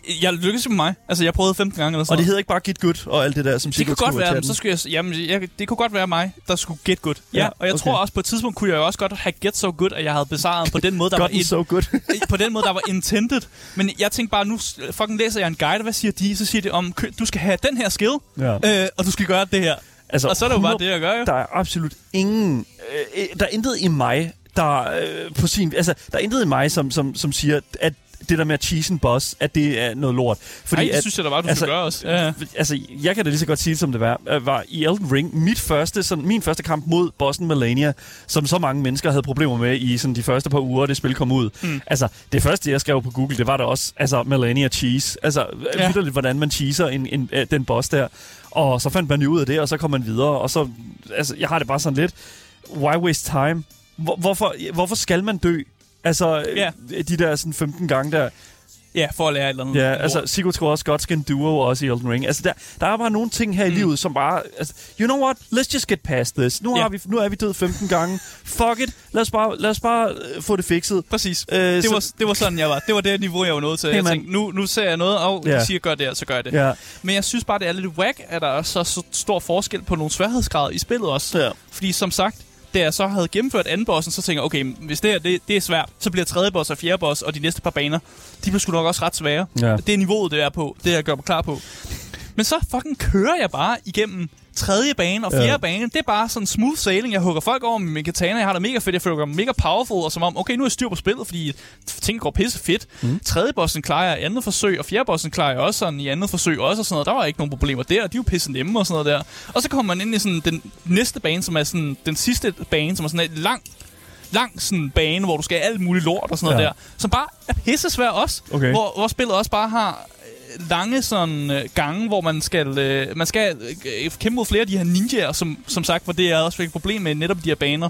Jeg lykkedes med mig. Altså, jeg prøvede femten gange eller sådan. Og det hedder ikke bare Get Good og alt det der, som det kunne godt være, så skulle jeg, jamen, jeg, det kunne godt være mig, der skulle Get Good. Ja, ja og jeg okay. tror også, på et tidspunkt kunne jeg jo også godt have Get So Good, at jeg havde besejret på den måde, der var... in- so good. på den måde, der var intended. Men jeg tænkte bare, nu fucking læser jeg en guide, hvad siger de? Så siger de om, du skal have den her skill, ja. øh, og du skal gøre det her. Altså, og så er det jo bare det, jeg gør, jo. Der er absolut ingen... Øh, der er intet i mig, der øh, på sin... Altså, der er intet i mig, som, som, som siger, at det der med at cheese en boss, at det er noget lort. Fordi Nej, det at, synes jeg da bare, du altså, skal gøre også. Ja. Altså, jeg kan da lige så godt sige det, som det var. var i Elden Ring, mit første, sådan, min første kamp mod bossen Malenia, som så mange mennesker havde problemer med i sådan, de første par uger, det spil kom ud. Mm. Altså, det første, jeg skrev på Google, det var der også, altså, Malenia cheese. Altså, ja. Vitterligt, hvordan man cheeser en, en, en, den boss der. Og så fandt man jo ud af det, og så kom man videre. Og så, altså, jeg har det bare sådan lidt, why waste time? Hvor, hvorfor, hvorfor skal man dø? Altså, yeah. de der sådan femten gange der. Ja, for at lære et eller andet. Ja, altså, Sigurd tror også, God Skin Duo også i Elden Ring. Altså, der, der er bare nogle ting her mm. i livet, som bare... Altså, you know what? Let's just get past this. Nu, yeah. har vi, nu er vi død femten gange. Fuck it. Lad os bare, lad os bare uh, få det fikset. Præcis. Uh, det, så, var, det var sådan, jeg var. Det var det niveau, jeg var nødt til. Hey, jeg tænkte, nu, nu ser jeg noget, og yeah. de siger, gør det her, så gør jeg det. Yeah. Men jeg synes bare, det er lidt whack, at der er så, så stor forskel på nogle sværhedsgrader i spillet også. Yeah. Fordi som sagt, da jeg så havde gennemført anden bossen, så tænker jeg, okay, hvis det, her, det, det er svært, så bliver tredje boss og fjerde boss og de næste par baner, de bliver sgu nok også ret svære. Ja. Det er niveauet, det er på. Det jeg gør mig klar på. Men så fucking kører jeg bare igennem tredje bane og fjerde ja. bane. Det er bare sådan smooth sailing. Jeg hugger folk over med min katana. Jeg har det mega fedt. Jeg føler mig mega powerful. Og som om, okay, nu er jeg styr på spillet, fordi ting går pisse fedt. Mm. Tredje bossen klarer jeg i andet forsøg, og fjerde bossen klarer jeg også sådan i andet forsøg også. Og sådan noget. Der var ikke nogen problemer der. De er jo pisse nemme og sådan noget der. Og så kommer man ind i sådan den næste bane, som er sådan den sidste bane, som er sådan en lang lang sådan bane, hvor du skal have alt muligt lort og sådan noget ja. der. Som bare er pisse svær også. Okay. Hvor, hvor spillet også bare har lange sådan øh, gange, hvor man skal øh, man skal øh, kæmpe mod flere af de her ninjaer, som som sagt, hvor det er også et problem med netop de her baner.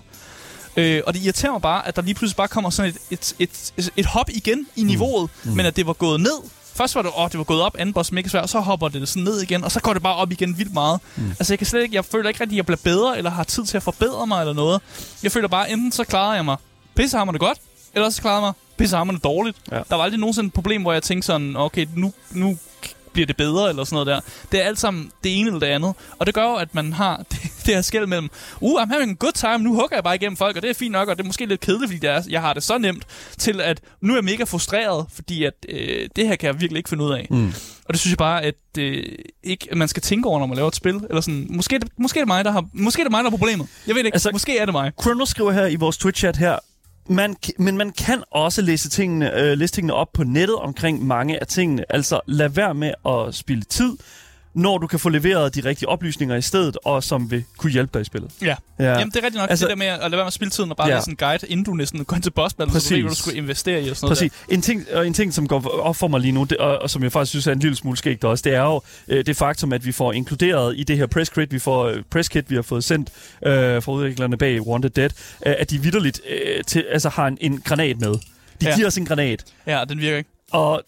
Øh, og det irriterer mig bare, at der lige pludselig bare kommer sådan et et et, et, et hop igen i niveauet, mm. Mm. men at det var gået ned. Først var det, åh, det var gået op, anden boss mega svært, og så hopper det sådan ned igen, og så går det bare op igen vildt meget. Mm. Altså, jeg kan slet ikke, jeg føler ikke rigtig, at jeg bliver bedre, eller har tid til at forbedre mig, eller noget. Jeg føler bare, enten så klarer jeg mig pissehammerende godt, eller så klarer jeg mig pissehammerende dårligt. Ja. Der var aldrig nogensinde et problem, hvor jeg tænkte sådan, okay, nu, nu bliver det bedre, eller sådan noget der. Det er alt sammen det ene eller det andet. Og det gør jo, at man har det, det her skel mellem, uh, I'm having a good time, nu hugger jeg bare igennem folk, og det er fint nok, og det er måske lidt kedeligt, fordi det er, jeg har det så nemt, til at nu er jeg mega frustreret, fordi at øh, det her kan jeg virkelig ikke finde ud af. Mm. Og det synes jeg bare, at øh, ikke, at man skal tænke over, når man laver et spil. Eller sådan, måske, måske er det mig, der har, måske er det mig, der har problemet. Jeg ved ikke, altså, måske er det mig. Chrono skriver her i vores Twitch-chat her, Man, men man kan også læse tingene, øh, læse tingene op på nettet omkring mange af tingene. Altså lad være med at spilde tid, når du kan få leveret de rigtige oplysninger i stedet, og som vil kunne hjælpe dig i spillet. Ja, ja. Jamen det er rigtigt nok, altså, det der med at lade være med at spille tiden og bare ja. læse en guide, inden du næsten går ind til bossbattle, så du ved, hvad du skulle investere i og sådan noget. Præcis. En ting, og en ting, som går op for mig lige nu, det, og, og som jeg faktisk synes er en lille smule skægt også, det er jo øh, det faktum, at vi får inkluderet i det her press kit, vi får øh, press kit, vi har fået sendt øh, fra udviklerne bag Wanted Dead, øh, at de vitterligt øh, til, altså har en, en granat med. De ja. giver os en granat. Ja, den virker ikke. Og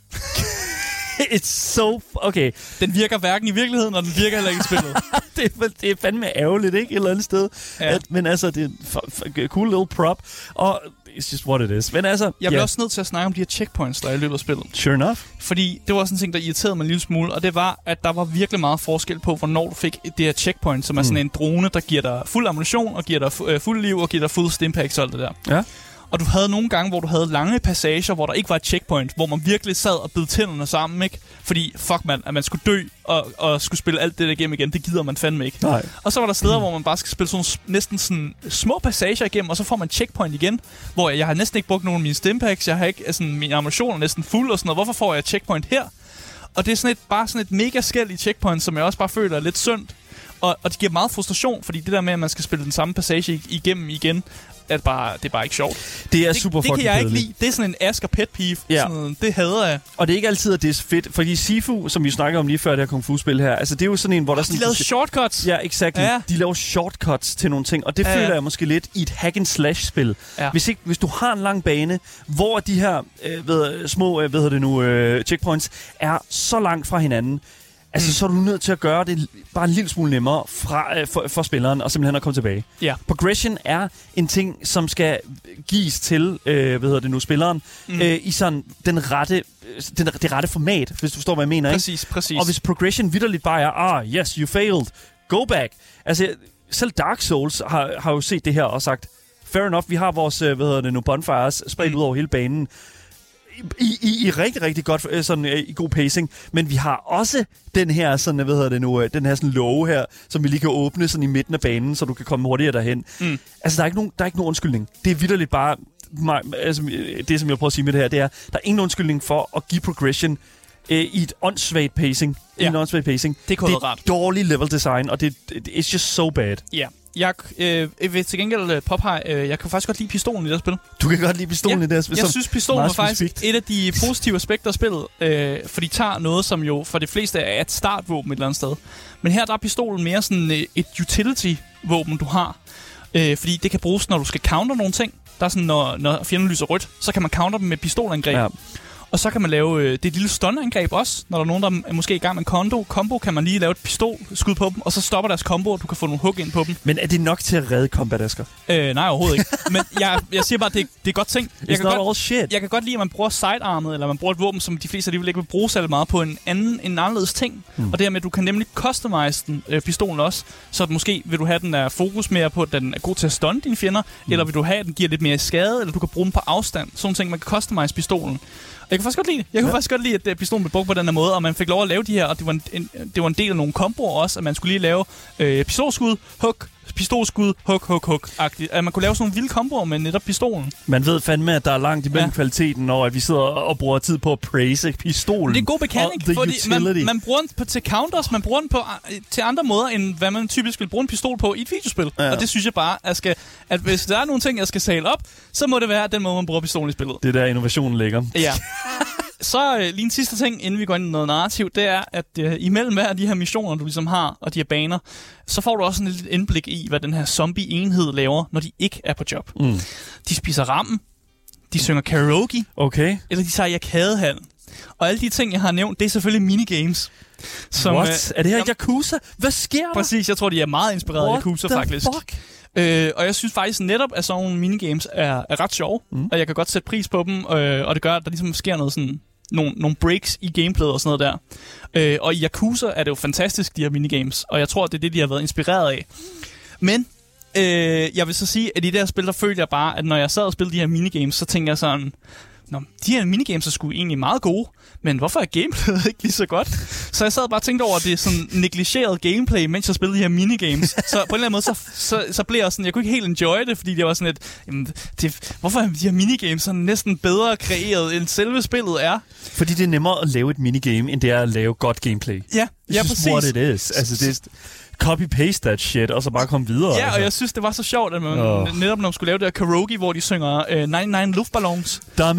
it's so... Okay. Den virker hverken i virkeligheden, og den virker heller ikke i spillet. det, er, det er fandme ærgerligt, ikke? Et eller andet sted. Ja. At, men altså, det er en cool little prop. Og it's just what it is. Men altså... Jeg bliver yeah. også nødt til at snakke om de her checkpoints, der er i løbet af spillet. Sure enough. Fordi det var sådan en ting, der irriterede mig en lille smule, og det var, at der var virkelig meget forskel på, hvornår du fik det her checkpoint, som er mm. sådan en drone, der giver dig fuld ammunition, og giver dig fu- fuld liv, og giver dig fuld stimpacks og alt det der. Ja. Og du havde nogle gange, hvor du havde lange passager, hvor der ikke var et checkpoint, hvor man virkelig sad og bed tænderne sammen, ikke? Fordi, fuck man, at man skulle dø og, og skulle spille alt det der igennem igen, det gider man fandme ikke. Nej. Og så var der steder, hvor man bare skal spille sådan næsten sådan små passager igennem, og så får man checkpoint igen, hvor jeg, jeg har næsten ikke brugt nogen af mine stimpacks, jeg har ikke, altså min ammunition er næsten fuld og sådan noget. Hvorfor får jeg et checkpoint her? Og det er sådan et, bare sådan et mega skæld i checkpoint, som jeg også bare føler er lidt synd. Og, og det giver meget frustration, fordi det der med, at man skal spille den samme passage igennem igen, at bare, det er bare ikke sjovt. Det er super det, fucking det kan jeg kedeligt. ikke lide. Det er sådan en Asker pet peeve. Ja. Sådan, det hader jeg. Og det er ikke altid, at det er fedt. Fordi Sifu, som vi snakker om lige før det her Kung Fu-spil her, altså det er jo sådan en, hvor der de sådan... De laver shortcuts. Ja, exakt. Ja. De laver shortcuts til nogle ting. Og det ja, føler ja. jeg måske lidt i et hack-and-slash-spil. Ja. Hvis, ikke, hvis du har en lang bane, hvor de her øh, ved, små, øh, hvad hedder det nu, øh, checkpoints er så langt fra hinanden, Altså, mm. så er du nødt til at gøre det bare en lille smule nemmere fra, øh, for, for spilleren, og simpelthen at komme tilbage. Ja. Progression er en ting, som skal gives til, øh, hvad hedder det nu, spilleren, mm. øh, i sådan den rette, den, det rette format, hvis du forstår, hvad jeg mener, ikke? Præcis, præcis. Og hvis progression vitterligt bare er, ah, yes, you failed, go back. Altså, selv Dark Souls har, har jo set det her og sagt, fair enough, vi har vores, hvad hedder det nu, bonfires spredt mm. ud over hele banen. I, i, i rigtig, rigtig godt, sådan, i god pacing. Men vi har også den her, sådan, hvad hedder det nu, den her sådan låge her, som vi lige kan åbne sådan i midten af banen, så du kan komme hurtigere derhen. Mm. Altså, der er ikke nogen, der er ikke nogen undskyldning. Det er vitterligt bare, altså, det som jeg prøver at sige med det her, det er, der er ingen undskyldning for at give progression øh, i et åndssvagt pacing. Ja. En åndssvagt pacing. Det er, det er ret. dårlig level design, og det it's just so bad. Ja. Jeg øh, vil til gengæld påpege, øh, jeg kan faktisk godt lide pistolen i det her spil. Du kan godt lide pistolen ja. i det her spil? Jeg synes, pistolen er faktisk specifikt. Et af de positive aspekter af spillet, øh, for de tager noget, som jo for de fleste er et startvåben et eller andet sted. Men her der er pistolen mere sådan øh, et utility-våben, du har. Øh, fordi det kan bruges, når du skal counter nogle ting. Der er sådan, når, når fjenden lyser rødt, så kan man counter dem med pistolangreb. Ja. Og så kan man lave øh, det lille stunangreb også, når der er nogen, der er måske i gang med en combo. Combo kan man lige lave et pistolskud på dem, og så stopper deres combo, og du kan få nogle hook ind på dem. Men er det nok til at redde Combat, Asger? Øh, nej, overhovedet ikke. Men jeg, jeg siger bare, at det, det er godt tænkt. Jeg It's not godt, all shit. Jeg kan godt lide, at man bruger sidearmet, eller man bruger et våben, som de fleste alligevel ikke vil bruge særlig meget på en anden, en anderledes ting. Hmm. Og det her med, at du kan nemlig customize den, øh, pistolen også. Så måske vil du have den der fokus mere på, at den er god til at stunne dine fjender, hmm. eller vil du have, at den giver lidt mere skade, eller du kan bruge den på afstand. Sådan ting, man kan customize pistolen. Jeg kan faktisk godt lide det. Jeg kunne ja. faktisk godt lide, at pistolen blev brugt på den her måde, og man fik lov at lave de her, og det var en, en, det var en del af nogle komboer også, at man skulle lige lave øh, pistolskud, hook, pistolskud, hook, hook, hook-agtigt. At man kunne lave sådan nogle vilde komboer med netop pistolen. Man ved fandme, at der er langt imellem ja. kvaliteten, når at vi sidder og bruger tid på at praise pistolen. Det er en god mekanik, fordi man, man bruger den på, til counters, man bruger den på, til andre måder, end hvad man typisk vil bruge en pistol på i et videospil. Ja. Og det synes jeg bare, at, skal, at hvis der er nogle ting, jeg skal sale op, så må det være den måde, man bruger pistolen i spillet. Det er der innovationen ligger. Ja. Så øh, lige en sidste ting, inden vi går ind i noget narrativ, det er, at øh, imellem hver af de her missioner, du ligesom har, og de her baner, så får du også en lidt indblik i, hvad den her zombie-enhed laver, når de ikke er på job. Mm. De spiser rammen, de synger karaoke, okay. eller de tager arkadehallen. Og alle de ting, jeg har nævnt, det er selvfølgelig minigames. Som, What? Øh, er det her Yakuza? Hvad sker der? Præcis, jeg tror, de er meget inspireret af Yakuza, faktisk. Fuck? Øh, og jeg synes faktisk netop, at sådan nogle minigames er, er ret sjove, mm. og jeg kan godt sætte pris på dem, øh, og det gør, at der ligesom sker noget sådan... Nogle, nogle breaks i gameplayet og sådan noget der. Øh, og i Yakuza er det jo fantastisk, de her minigames. Og jeg tror, det er det, de har været inspireret af. Men øh, jeg vil så sige, at i det her spil, der følte jeg bare, at når jeg sad og spillede de her minigames, så tænkte jeg sådan... Nå, de her minigames er sgu egentlig meget gode, men hvorfor er gameplayet ikke lige så godt? Så jeg sad bare og tænkte over, at det er sådan negligeret gameplay, mens jeg spillede de her minigames. Så på en eller anden måde, så, så, så blev jeg sådan, jeg kunne ikke helt enjoy det, fordi det var sådan et, jamen, det, hvorfor er de her minigames sådan næsten bedre kreeret, end selve spillet er? Fordi det er nemmere at lave et minigame, end det er at lave godt gameplay. Ja, ja, præcis. This is what it is. Altså, det er... Copy-paste that shit, og så bare komme videre. Ja, altså. Og jeg synes, det var så sjovt, at man oh. netop når man skulle lave det her karaoke, hvor de synger uh, nioghalvfems luftballons.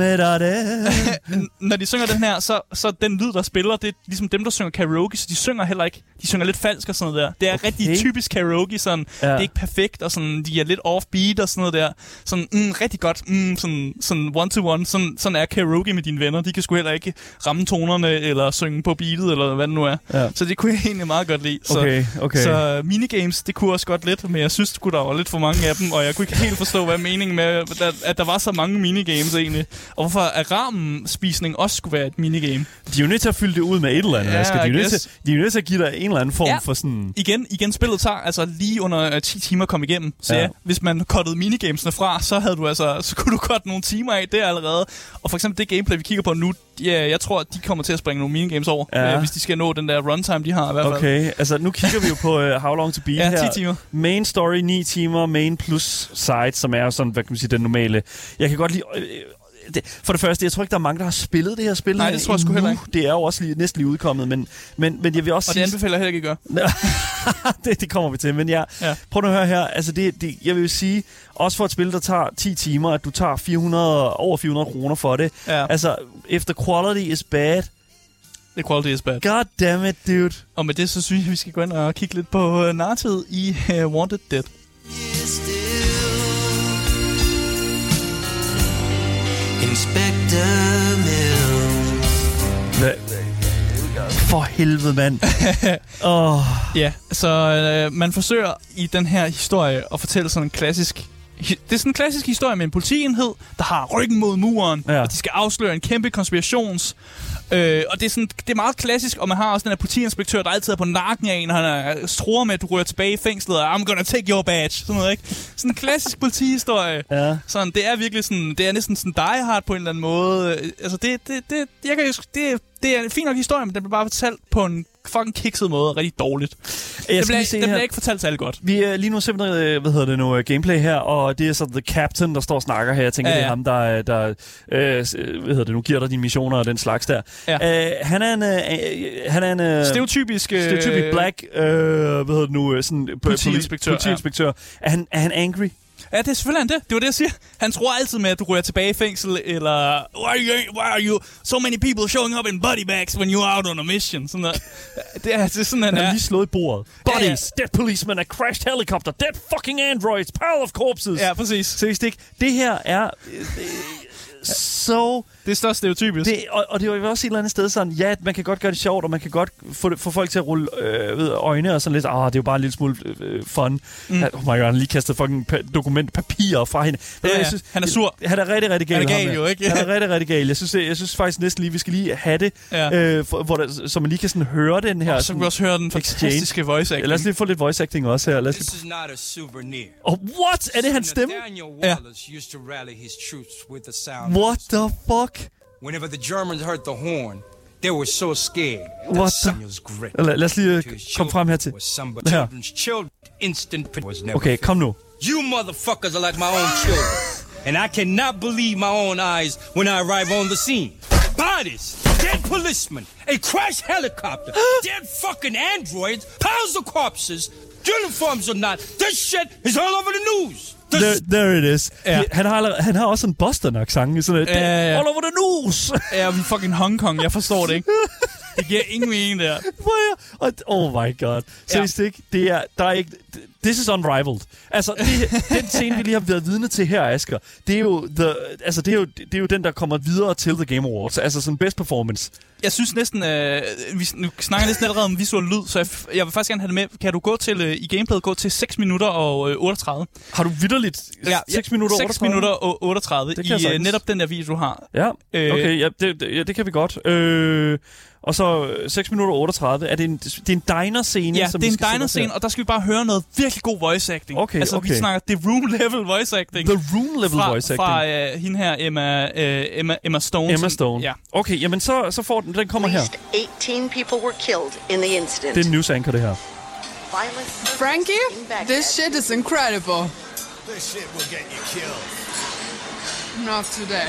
Når de synger den her, så, så den lyd, der spiller, det er ligesom dem, der synger karaoke, så de synger heller ikke. De synger lidt falsk og sådan noget der. Det er okay. rigtig typisk karaoke, sådan, ja. Det er ikke perfekt, og sådan, de er lidt off-beat og sådan noget der. Sådan, mm, rigtig godt, mm, sådan, sådan one-to-one, sådan, sådan er karaoke med dine venner. De kan sgu heller ikke ramme tonerne, eller synge på beatet, eller hvad det nu er. Ja. Så det kunne jeg egentlig meget godt lide. Så, okay, okay. Så minigames, det kunne også godt lidt, men jeg synes, der var lidt for mange af dem, og jeg kunne ikke helt forstå, hvad meningen med, at der var så mange minigames egentlig. Og hvorfor at ramen-spisning også skulle være et minigame. De er jo nødt til at fylde det ud med et eller andet. Ja, de, er nødt til, de er nødt til at give dig en eller anden form ja. for sådan... Igen, igen, spillet tager altså lige under ti timer at komme igennem. Så ja. Ja, hvis man cuttede minigamesene fra, så havde du altså, så kunne du cutte nogle timer af det allerede. Og for eksempel det gameplay, vi kigger på nu, ja, jeg tror, at de kommer til at springe nogle minigames over, ja. øh, hvis de skal nå den der runtime, de har i hvert fald. Okay, altså nu kigger vi jo på uh, How Long to Beat ja, her. ti timer. Main story, ni timer, main plus side, som er sådan, hvad kan man sige, den normale. Jeg kan godt lide... Øh, det, for det første, jeg tror ikke, der er mange, der har spillet det her spil. Nej, det tror jeg sgu heller ikke. Det er jo også lige, næsten lige udkommet, men, men, men jeg vil også og sige... Og det anbefaler jeg heller ikke at gøre. det, det kommer vi til, men jeg, ja. Prøv nu at høre her. Altså det, det, jeg vil sige, også for et spil, der tager ti timer, at du tager fire hundrede, over fire hundrede kroner for det. Ja. Altså, if the quality is bad... The quality is bad. God damn it, dude. Og med det, så synes jeg, vi skal gå ind og kigge lidt på uh, narrativet i uh, Wanted Dead. Inspector Mills. Hvad? For helvede, mand. oh. Ja, så øh, man forsøger i den her historie at fortælle sådan en klassisk... Det er sådan en klassisk historie med en politienhed, der har ryggen mod muren, ja. Og de skal afsløre en kæmpe konspirations... Øh, og det er, sådan, det er meget klassisk, og man har også den her politiinspektør, der altid er på nakken af en, og han er, tror med, at du ryger tilbage i fængslet, og I'm gonna take your badge. Sådan noget, ikke? Sådan en klassisk politihistorie. Ja. Sådan, det er virkelig sådan, det er næsten sådan Die Hard på en eller anden måde. Altså, det, det, det, jeg kan, det, det er en fin nok historie, men den bliver bare fortalt på en fucking kikset måde, rigtig dårligt. Jeg det bliver, det bliver ikke fortalt særlig godt. Vi er lige nu simpelthen, hvad hedder det nu, gameplay her, og det er så The Captain, der står og snakker her. Jeg tænker, ja, ja. Det er ham, der, der øh, hvad hedder det nu, giver dig dine missioner og den slags der. Ja. Øh, han er en, øh, han er en øh, stereotypisk, øh, stereotypisk black, øh, hvad hedder det nu, sådan politiinspektør. politiinspektør. Ja. Er, han, er han angry? Ja, det er selvfølgelig han det. Det var det, jeg siger. Han tror altid med, at du ryger tilbage i fængsel, eller why are you, why are you so many people showing up in body bags when you're out on a mission? Sådan noget. Det er, det er sådan, han, han er. lige slået i bordet. Bodies, ja, ja. Dead policemen, a crashed helicopter, dead fucking androids, pile of corpses. Ja, præcis. Seriøst ikke. Det her er... Øh, så... Det er så stereotypisk. Det, og, og det var jo også et eller andet sted sådan, ja, man kan godt gøre det sjovt, og man kan godt få, få folk til at rulle øh, ved øjne og sådan lidt, ah, det er jo bare en lille smule øh, fun. Mm. Oh my god, han lige kastet fucking pa- dokumentpapirer fra hende. Ja, jeg ja. synes, han er sur. Han er rigtig, rigtig gal. Han er gal jo, ikke? Han er rigtig, rigtig gal. Jeg synes, jeg, jeg synes faktisk næsten lige, vi skal lige have det, ja. øh, for, hvor der, så man lige kan sådan høre den her. Og så kan vi også høre den fantastiske voice acting. Ja, lad os lige få lidt voice acting også her. Lad os This is not a souvenir. Oh, what? Er det hans stemme? Ja. Used to rally his troops with the sound. What the fuck? Whenever the Germans heard the horn, they were so scared. What the? Lad, lad os lige komme frem her til. Her. Okay, kom nu. You motherfuckers are like my own children. And I cannot believe my own eyes when I arrive on the scene. Bodies, dead policemen, a crashed helicopter, dead fucking androids, piles of corpses, uniforms or not. This shit is all over the news. There, there it is. Ja. Han, har, han har også en Boston-accent. Sådan, ja, ja, ja. All over the news. Ja, men fucking Hong Kong. Jeg forstår det ikke. Det giver ingen mening der. Oh my god. Seriøst ikke? Det er, der er ikke... This is unrivaled. Altså, det, den scene, vi lige har været vidne til her, Asger, det er jo, the, altså, det er jo, det er jo den, der kommer videre til The Game Awards. Altså, sådan best performance. Jeg synes næsten... Øh, vi nu snakker næsten allerede om visuel lyd, så jeg, jeg vil faktisk gerne have det med. Kan du gå til, øh, i gameplayet, gå til seks minutter og øh, otteogtredive? Har du vitterligt ja, seks minutter og otteogtredive? seks minutter og otteogtredive i øh, netop den der video, du har. Ja, okay, ja, det, det, ja, det kan vi godt. Øh... Og så seks minutter og otteogtredive. Er det en, det er en diner-scene? Ja, som det er en diner-scene, og der skal vi bare høre noget virkelig god voice acting. Okay, altså, okay. vi snakker The Room-level voice acting. The Room-level fra, voice acting. Fra uh, hende her, Emma, uh, Emma, Emma Stone. Emma Stone. Ja. Okay, jamen så, så får den, den kommer her. eighteen people were killed in the incident. Det er en news anchor, det her. Frankie, this shit is incredible. This shit will get you killed. Not today.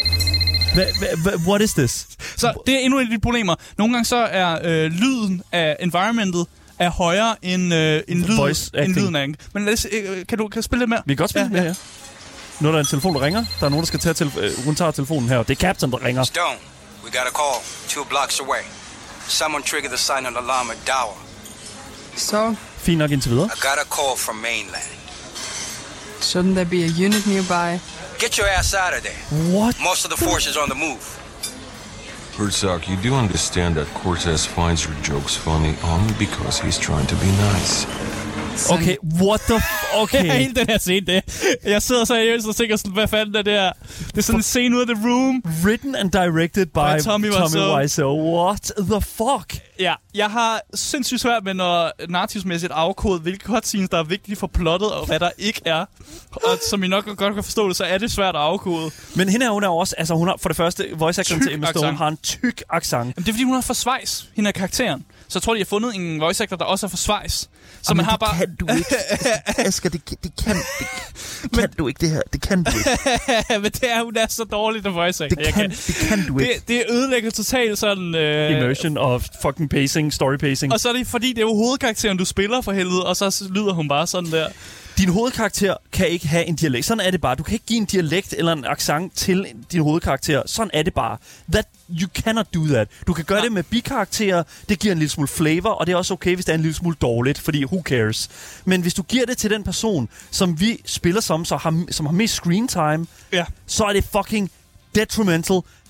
What is this? Så det er endnu et af de problemer. Nogle gange så er øh, lyden af environmentet er højere end, øh, end, lyd, end lyden af. Men lad os, øh, kan du kan spille lidt mere? Vi kan godt spille ja, mere, ja. Nu er der en telefon, der ringer. Der er nogen, der skal tage telef- øh, hun tager telefonen her. Det er Captain, der ringer. Stone, we got a call two blocks away. Someone triggered the silent alarm at Dower. So? Fint nok indtil videre. I got a call from mainland. Shouldn't there be a unit nearby? Get your ass out of there. What? Most of the force is on the move. Herzog, you do understand that Cortez finds your jokes funny only because he's trying to be nice. Okay, what the f- okay. Hele den her scene, det. Jeg sidder seriøst og tænker sådan, hvad fanden er det her? Det er sådan en scene ud af The Room. Written and directed by, by Tommy, Tommy Wiseau. What the fuck? Ja, jeg har sindssygt svært med, når narrativsmæssigt afkodet, hvilke cutscenes, der er vigtige for plottet, og hvad der ikke er. Og som I nok godt kan forstå det, så er det svært at afkode. Men hende her, hun er også, altså hun har for det første, voice actoren til Emma Stone har en tyk accent. Jamen, det er fordi, hun er for Schweiz, hende er karakteren. Så jeg tror, de har fundet en voice actor, der også er for Schweiz. Så Jamen, man har det bare... kan du ikke. Asger, det, det kan, det, det kan du ikke, det her. Det kan du ikke. Men det er, hun er så dårlig, den voice actor. Det kan, det kan du ikke. Det, det ødelægger totalt sådan... Øh... Immersion og fucking pacing, story pacing. Og så er det fordi, det er jo hovedkarakteren, du spiller for helvede, og så lyder hun bare sådan der. Din hovedkarakter kan ikke have en dialekt. Sådan er det bare. Du kan ikke give en dialekt eller en accent til din hovedkarakter. Sådan er det bare. That, you cannot do that. Du kan gøre ja. det med bikarakterer. Det giver en lille smule flavor, og det er også okay, hvis det er en lille smule dårligt, fordi who cares. Men hvis du giver det til den person, som vi spiller som, så har, som har mest screen time, ja. så er det fucking detrimental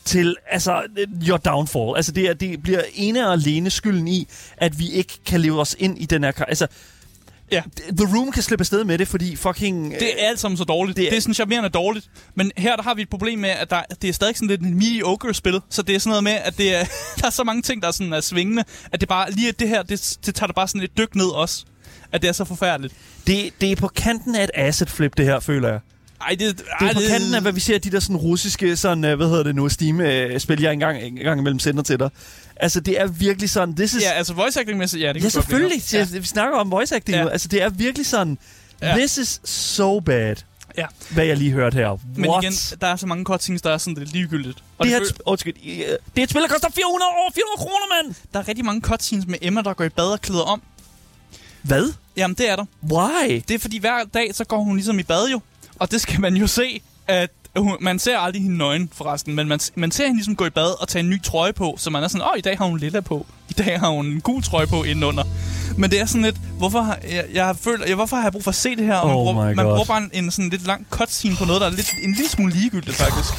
til altså, your downfall. Altså, det, er, det bliver ene og alene skylden i, at vi ikke kan leve os ind i den her... Altså, ja. The Room kan slippe afsted med det, fordi fucking... Det er alt sammen så dårligt. Det er, det er sådan charmerende dårligt. Men her der har vi et problem med, at der, det er stadig sådan lidt en mediocre-spil. Så det er sådan noget med, at det er, der er så mange ting, der er, sådan, er svingende, at det bare lige det her, det, det tager det bare sådan et dyk ned også. At det er så forfærdeligt. Det, det er på kanten af et asset flip, det her, føler jeg. Ej, det, det er ej, på det, kanten af, hvad vi ser, de der sådan russiske, sådan, hvad hedder det nu, Steam-spil, jeg engang, engang imellem sender til dig. Altså, det er virkelig sådan... This is... Ja, altså voice acting-mæssigt, ja, det kan ja, selvfølgelig. Ja. Vi snakker om voice acting. Ja. Altså, det er virkelig sådan... Ja. This is so bad. Ja. Hvad jeg lige hørte her. What? Men igen, der er så mange cutscenes, der er sådan lidt ligegyldigt. Og det, det, det, er et, føl- det er et spil, der koster fire hundrede over fire hundrede kroner, mand! Der er rigtig mange cutscenes med Emma, der går i bad og klæder om. Hvad? Jamen, det er der. Why? Det er fordi, hver dag, så går hun ligesom i bad jo. Og det skal man jo se, at hun, man ser aldrig hende nøgen forresten, men man, man ser hende ligesom gå i bad og tage en ny trøje på, så man er sådan, åh, oh, i dag har hun lilla på. I dag har hun en gul trøje på indenunder. Men det er sådan lidt, hvorfor har jeg, jeg har følt, jeg, hvorfor har jeg brug for at se det her? Og man, oh bruger, man bruger bare en, en sådan lidt lang cutscene på noget, der er lidt, en lille smule ligegyldigt, faktisk.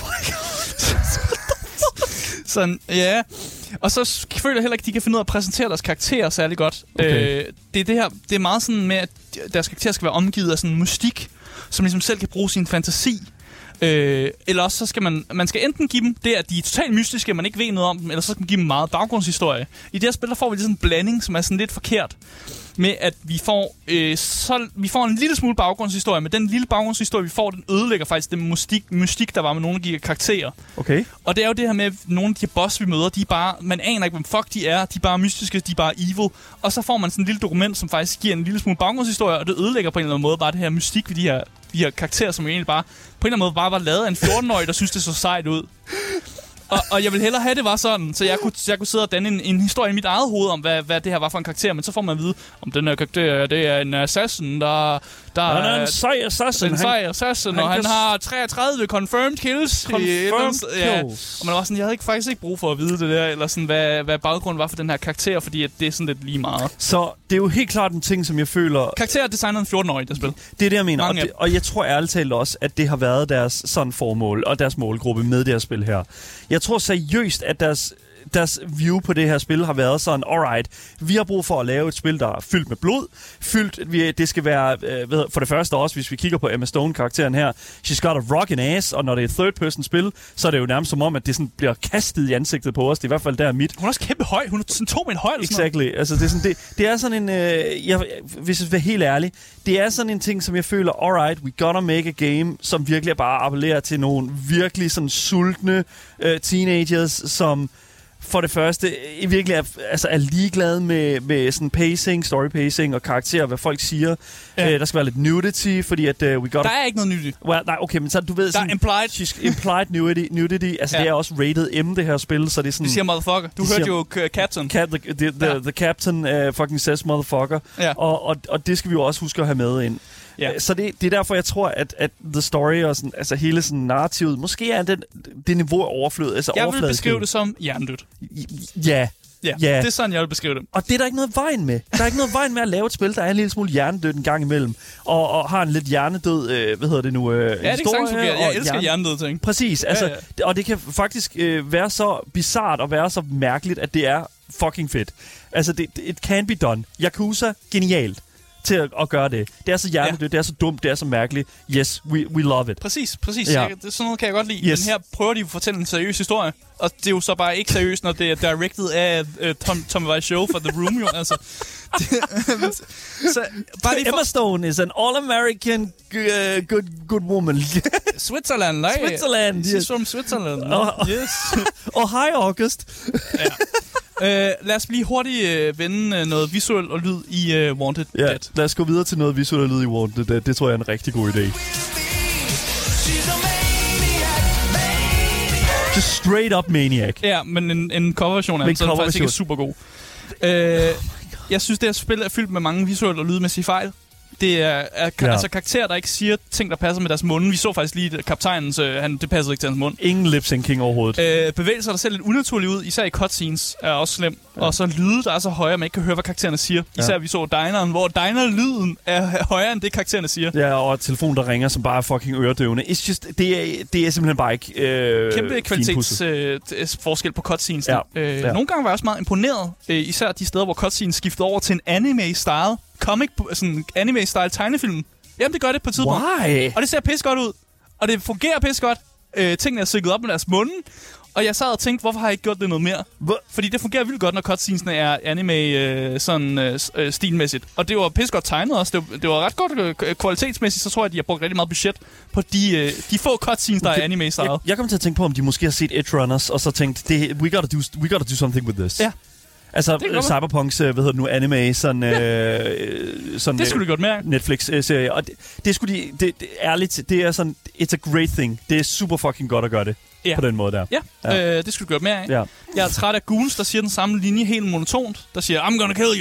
Sådan, ja. Og så føler jeg heller ikke, at de kan finde ud af at præsentere deres karakterer særlig godt. Okay. Øh, det er det her, det er meget sådan med, at deres karakterer skal være omgivet af sådan mystik, som ligesom selv kan bruge sin fantasi. Øh, eller også så skal man, man skal enten give dem det, at de er totalt mystiske, man ikke ved noget om dem, eller så skal man give dem meget baggrundshistorie. I det her spil, der får vi sådan en blanding, som er sådan lidt forkert. Med at vi får, øh, så, vi får en lille smule baggrundshistorie, men den lille baggrundshistorie, vi får, den ødelægger faktisk den mystik, mystik der var med nogle af de her karakterer. Okay. Og det er jo det her med, at nogle af de her boss, vi møder, de er bare, man aner ikke, hvem fuck de er, de er bare mystiske, de er bare evil. Og så får man sådan en lille dokument, som faktisk giver en lille smule baggrundshistorie, og det ødelægger på en eller anden måde bare det her mystik ved de her, de her karakterer, som jo egentlig bare, på en eller anden måde bare var lavet af en fjorten-årig, der synes, det så sejt ud. Og, og jeg vil hellere have, det var sådan, så jeg kunne, jeg kunne sidde og danne en, en historie i mit eget hoved om, hvad, hvad det her var for en karakter, men så får man at vide, om den her karakter, det er en assassin, der... der han er en sej assassin. En sej assassin, han og han har treogtredive confirmed kills. Confirmed i, ja. kills. Og man var sådan, jeg havde ikke, faktisk ikke brug for at vide det der, eller sådan, hvad, hvad baggrunden var for den her karakter, fordi at det er sådan lidt lige meget. Så det er jo helt klart en ting, som jeg føler... Karakterer er designet en fjorten-årig, der spil. Det er det, jeg mener. Og, det, og jeg tror ærligt talt også, at det har været deres sådan formål, og deres målgruppe med det her spil her. Jeg tror seriøst, at deres, deres view på det her spil har været sådan, alright, vi har brug for at lave et spil, der er fyldt med blod, fyldt, vi, det skal være, øh, ved, for det første også, hvis vi kigger på Emma Stone-karakteren her, she's got a rockin' ass, og når det er et third-person-spil, så er det jo nærmest som om, at det sådan bliver kastet i ansigtet på os, det er i hvert fald der mit. Hun er også kæmpe høj, hun er sådan to meter høj. Exactly, altså det er sådan, det, det er sådan en, øh, jeg, hvis jeg vil være helt ærlig, det er sådan en ting, som jeg føler, alright, we gonna make a game, som virkelig bare appellerer til nogle virkelig sådan sultne øh, teenagers, som for det første virkelig er, altså er ligeglade med, med sådan pacing, story pacing og karakterer, hvad folk siger. Ja. Øh, der skal være lidt nudity, fordi at uh, we got... Der er ikke noget nudity. Well, nej, okay, men så du ved... Der sådan, er implied. implied nudity. nudity. Altså, ja. Det er også rated M, det her spil, så det er sådan... De siger motherfucker. Du hørte jo uh, Captain. Cap, the, the, the, ja. the Captain uh, fucking says motherfucker. Ja. Og, og, og det skal vi jo også huske at have med ind. Ja. Så det, det er derfor, jeg tror, at, at the story og sådan, altså hele sådan narrativet, måske er den, det niveau af overflød. Altså jeg vil beskrive det som hjernedødt. Ja. Ja, ja, det er sådan, jeg vil beskrive det. Og det er der ikke noget vejen med. Der er ikke noget vejen med at lave et spil, der er en lille smule hjernedødt en gang imellem. Og, og har en lidt hjernedød, øh, hvad hedder det nu, øh, ja, historie. Det er ikke jeg elsker hjernedød ting. Præcis, altså, ja, ja. Og det kan faktisk øh, være så bizart og være så mærkeligt, at det er fucking fedt. Altså, det, it can be done. Yakuza, genialt til at, at gøre det. Det er så hjernedødt, ja. Det er så dumt, det er så mærkeligt. Yes, we, we love it. Præcis, præcis. Ja. Jeg, det, sådan noget kan jeg godt lide. Yes. Men her prøver de at fortælle en seriøs historie. Og det er jo så bare ikke seriøst, når det er directed af uh, Tom, Tommy Wiseau for The Room, jo. Altså, det, så, bare for... Emma Stone is an all-American uh, good, good woman. Switzerland, like. Switzerland, yes. She's from Switzerland. Oh, yes. Og hi, August. Ja. Uh, lad os lige hurtigt uh, vende uh, noget visuelt og lyd i uh, Wanted ja, Dead. Lad os gå videre til noget visuelt og lyd i Wanted Dead. Det tror jeg er en rigtig god idé. Just straight up Maniac. Ja, men en, en coverversion af den, så er den faktisk ikke super god. Uh, jeg synes, det her spil er fyldt med mange visuelle og lydmæssige fejl. Det er, er Ja. altså karakterer, der ikke siger ting, der passer med deres munde. Vi så faktisk lige kaptajnens, øh, han, det passede ikke til hans mund. Ingen lip-syncing overhovedet. Øh, bevægelser, der ser lidt unaturligt ud, især i cutscenes, er også slem. Ja. Og så lyde, der er så højere, at man ikke kan høre, hvad karaktererne siger. Især Ja. vi så dineren, hvor diner-lyden er højere, end det karaktererne siger. Ja, og et telefon, der ringer, som bare er fucking øredøvende. It's just, det, er, det er simpelthen bare ikke øh, Kæmpe kvalitets øh, forskel på cutscenes. Ja. Øh, ja. Nogle gange var jeg også meget imponeret, øh, især de steder, hvor cutscenes skiftede over til en anime-style, comic, sådan anime-style tegnefilm. Jamen, det gør det på et tidspunkt. Why? Og det ser pisse godt ud. Og det fungerer pisse godt. Øh, tingene er sikket op med deres munde. Og jeg sad og tænkte, hvorfor har jeg ikke gjort det noget mere? Hvor? Fordi det fungerer vildt godt, når cutscenesene er anime øh, sådan øh, stilmæssigt. Og det var pisse godt tegnet også. Det var, det var ret godt øh, kvalitetsmæssigt, så tror jeg, at de har brugt rigtig meget budget på de, øh, de få cutscenes, der okay. er anime-style. Jeg, jeg kom til at tænke på, om de måske har set Edge Runners, og så tænkt, det, we, gotta do, we gotta do something with this. Ja. Altså, Cyberpunks, hvad hedder det nu, anime, sådan... Ja. Øh, sådan det skulle de godt med. Netflix-serie. Og det, det skulle de... Det, det, ærligt, det er sådan... It's a great thing. Det er super fucking godt at gøre det. Ja. På den måde der. Ja, ja. Øh, det skulle du gøre mere af. Ja. Jeg er træt af goons, der siger den samme linje helt monotont. Der siger, I'm gonna kill you.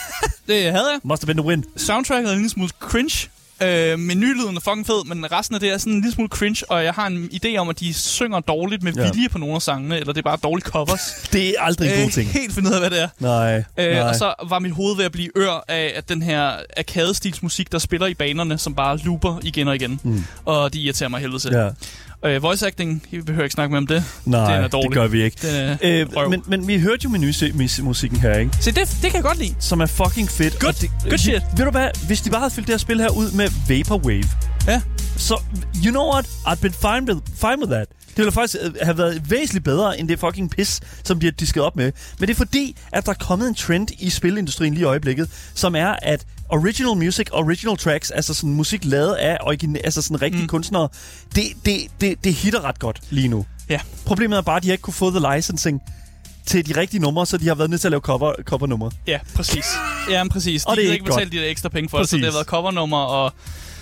Det havde jeg. Must have been the win. Soundtracket er en lille smule cringe. Øh, menulyden er fucking fed, men resten af det er sådan en lille smule cringe, og jeg har en idé om, at de synger dårligt med vilje ja. på nogle af sangene, eller det er bare dårlige covers. Det er aldrig en god ting. Øh, helt finde ud af, hvad det er. Nej, øh, nej. Og så var mit hoved ved at blive ør af at den her arcade-stils musik, der spiller i banerne, som bare looper igen og igen. Mm. Og de irriterer mig helvede til. Ja. Øh, voice acting, vi behøver ikke snakke mere om det. Nej, den er dårlig. det gør vi ikke. Den er øh, men, men vi hørte jo menumusikken her, ikke? Så det, det kan jeg godt lide. Som er fucking fedt. Good, det, good shit. Ved du hvad? Hvis de bare havde fyldt det her spil her ud med Vaporwave, ja. så, you know what? I'd been fine with, fine with that. Det ville faktisk have været væsentligt bedre, end det fucking pis, som de har disket op med. Men det er fordi, at der er kommet en trend i spilindustrien lige i øjeblikket, som er, at original music, original tracks, altså sådan musik lavet af origine, altså sådan rigtige mm. kunstnere, det, det, det, det hitter ret godt lige nu. Ja. Problemet er bare, at de har ikke kunne få the licensing til de rigtige numre, så de har været nødt til at lave cover, covernumre. Ja, præcis. Ja, men præcis. De og det er ikke betalt betalt de der ekstra penge for det, så det har været covernumre, og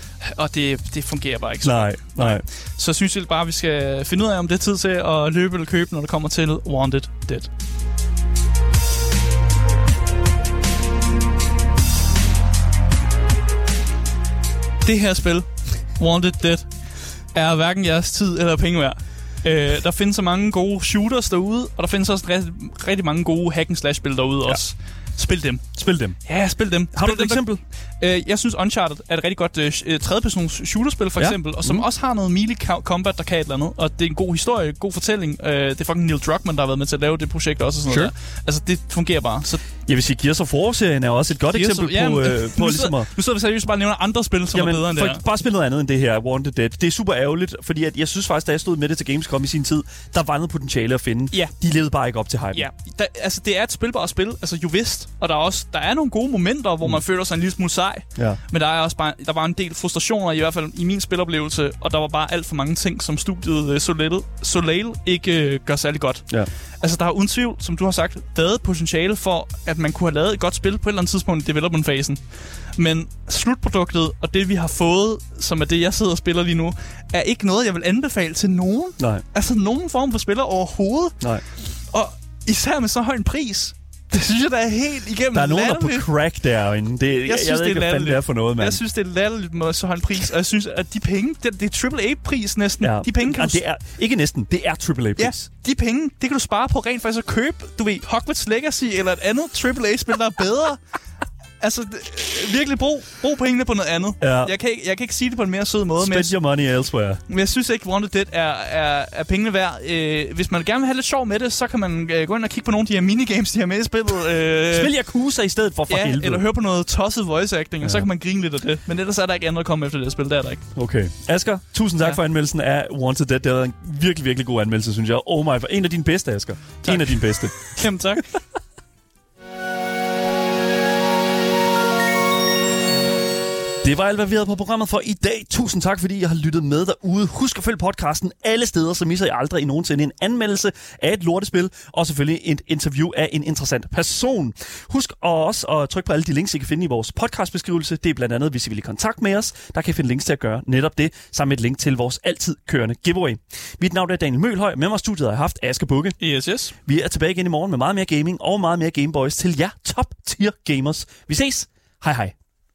Og det, det fungerer bare ikke så. Nej, nej. Så synes jeg bare, at vi skal finde ud af, om det er tid til at løbe eller købe, når det kommer til Wanted Dead. Det her spil, Wanted Dead, er hverken jeres tid eller penge værd. Øh, der findes så mange gode shooters derude, og der findes også rigtig, rigtig mange gode hack-and-slash-spil derude ja. også. Spil dem. Spil dem. Ja, spil dem. Har spil du et eksempel? Der, øh, jeg synes Uncharted er et rigtig godt øh, tredjepersons shooterspil, for ja. eksempel, og som mm. også har noget melee combat, der kan et eller andet. Og det er en god historie, god fortælling. Øh, det er fucking Neil Druckmann, der har været med til at lave det projekt også. Og sådan sure. noget der. Altså, det fungerer bare. Så jeg vil sige, Gears of War-serien er også et godt Gears eksempel of, på, ja, øh, på nu ligesom at... Nu sidder vi seriøst bare og nævner andre spil, som Jamen, er bedre end det her. Bare spil noget andet end det her, Wanted Dead. Det er super ærgerligt, fordi at jeg synes faktisk, da jeg stod med det til Gamescom i sin tid, der var noget potentiale at finde. Ja. De levede bare ikke op til hype. Ja, der, altså det er et spilbart spil, altså jo vist. Og der er også der er nogle gode momenter, hvor mm. man føler sig en lille smule sej. Ja. Men der er også bare der var en del frustrationer, i hvert fald i min spiloplevelse, og der var bare alt for mange ting, som studiet uh, Soleil, Soleil ikke uh, gør særlig godt. Ja. Altså der er uden tvivl, som du har sagt, været potentiale for, at man kunne have lavet et godt spil på et eller andet tidspunkt i development-fasen. Men slutproduktet, og det vi har fået, som er det, jeg sidder og spiller lige nu, er ikke noget, jeg vil anbefale til nogen. Nej. Altså nogen form for spiller overhovedet. Nej. Og især med så høj en pris. Det synes jeg, der er helt igennem der er nogen, der er på crack derinde. Det, jeg, jeg, synes, jeg ved ikke, hvad fanden det er for noget, mand. Jeg synes, det er latterligt med så høj en pris. Og jeg synes, at de penge, det, det er triple A-pris næsten. Ja. De penge kan ja, du... det er, ikke næsten, det er triple A-pris. Ja, de penge, det kan du spare på rent faktisk at købe, du ved, Hogwarts Legacy eller et andet triple A-spil, der er bedre. Altså, virkelig brug, brug pengene på noget andet. Ja. Jeg, kan ikke, jeg kan ikke sige det på en mere sød måde. Spend your money elsewhere. Men jeg synes ikke, Wanted Dead er, er, er pengene værd. Øh, hvis man gerne vil have lidt sjov med det, så kan man øh, gå ind og kigge på nogle af de her minigames, de har med i spillet. Øh, Spil Yakuza i stedet for, for ja, helvede. Eller høre på noget tosset voice acting, ja. Og så kan man grine lidt af det. Men ellers er der ikke andet at komme efter det spil, der er der ikke. Okay. Asger, tusind tak ja. for anmeldelsen af Wanted Dead. Det er en virkelig, virkelig god anmeldelse, synes jeg. Oh my, en af dine bedste, Asger. Tak. En af dine bedste. Jamen tak. Det var alt, hvad vi havde på programmet for i dag. Tusind tak, fordi I har lyttet med derude. Husk at følge podcasten alle steder, så misser I aldrig nogensinde en anmeldelse af et lortespil, og selvfølgelig et interview af en interessant person. Husk også at trykke på alle de links, I kan finde i vores podcastbeskrivelse. Det er blandt andet, hvis I vil i kontakt med os. Der kan I finde links til at gøre netop det, sammen med et link til vores altid kørende giveaway. Mit navn er Daniel Mølhøj. Med mig i studiet har jeg haft Asger Bukke. Yes, yes. Vi er tilbage igen i morgen med meget mere gaming og meget mere Gameboys til jer top tier gamers. Vi ses. Hej hej.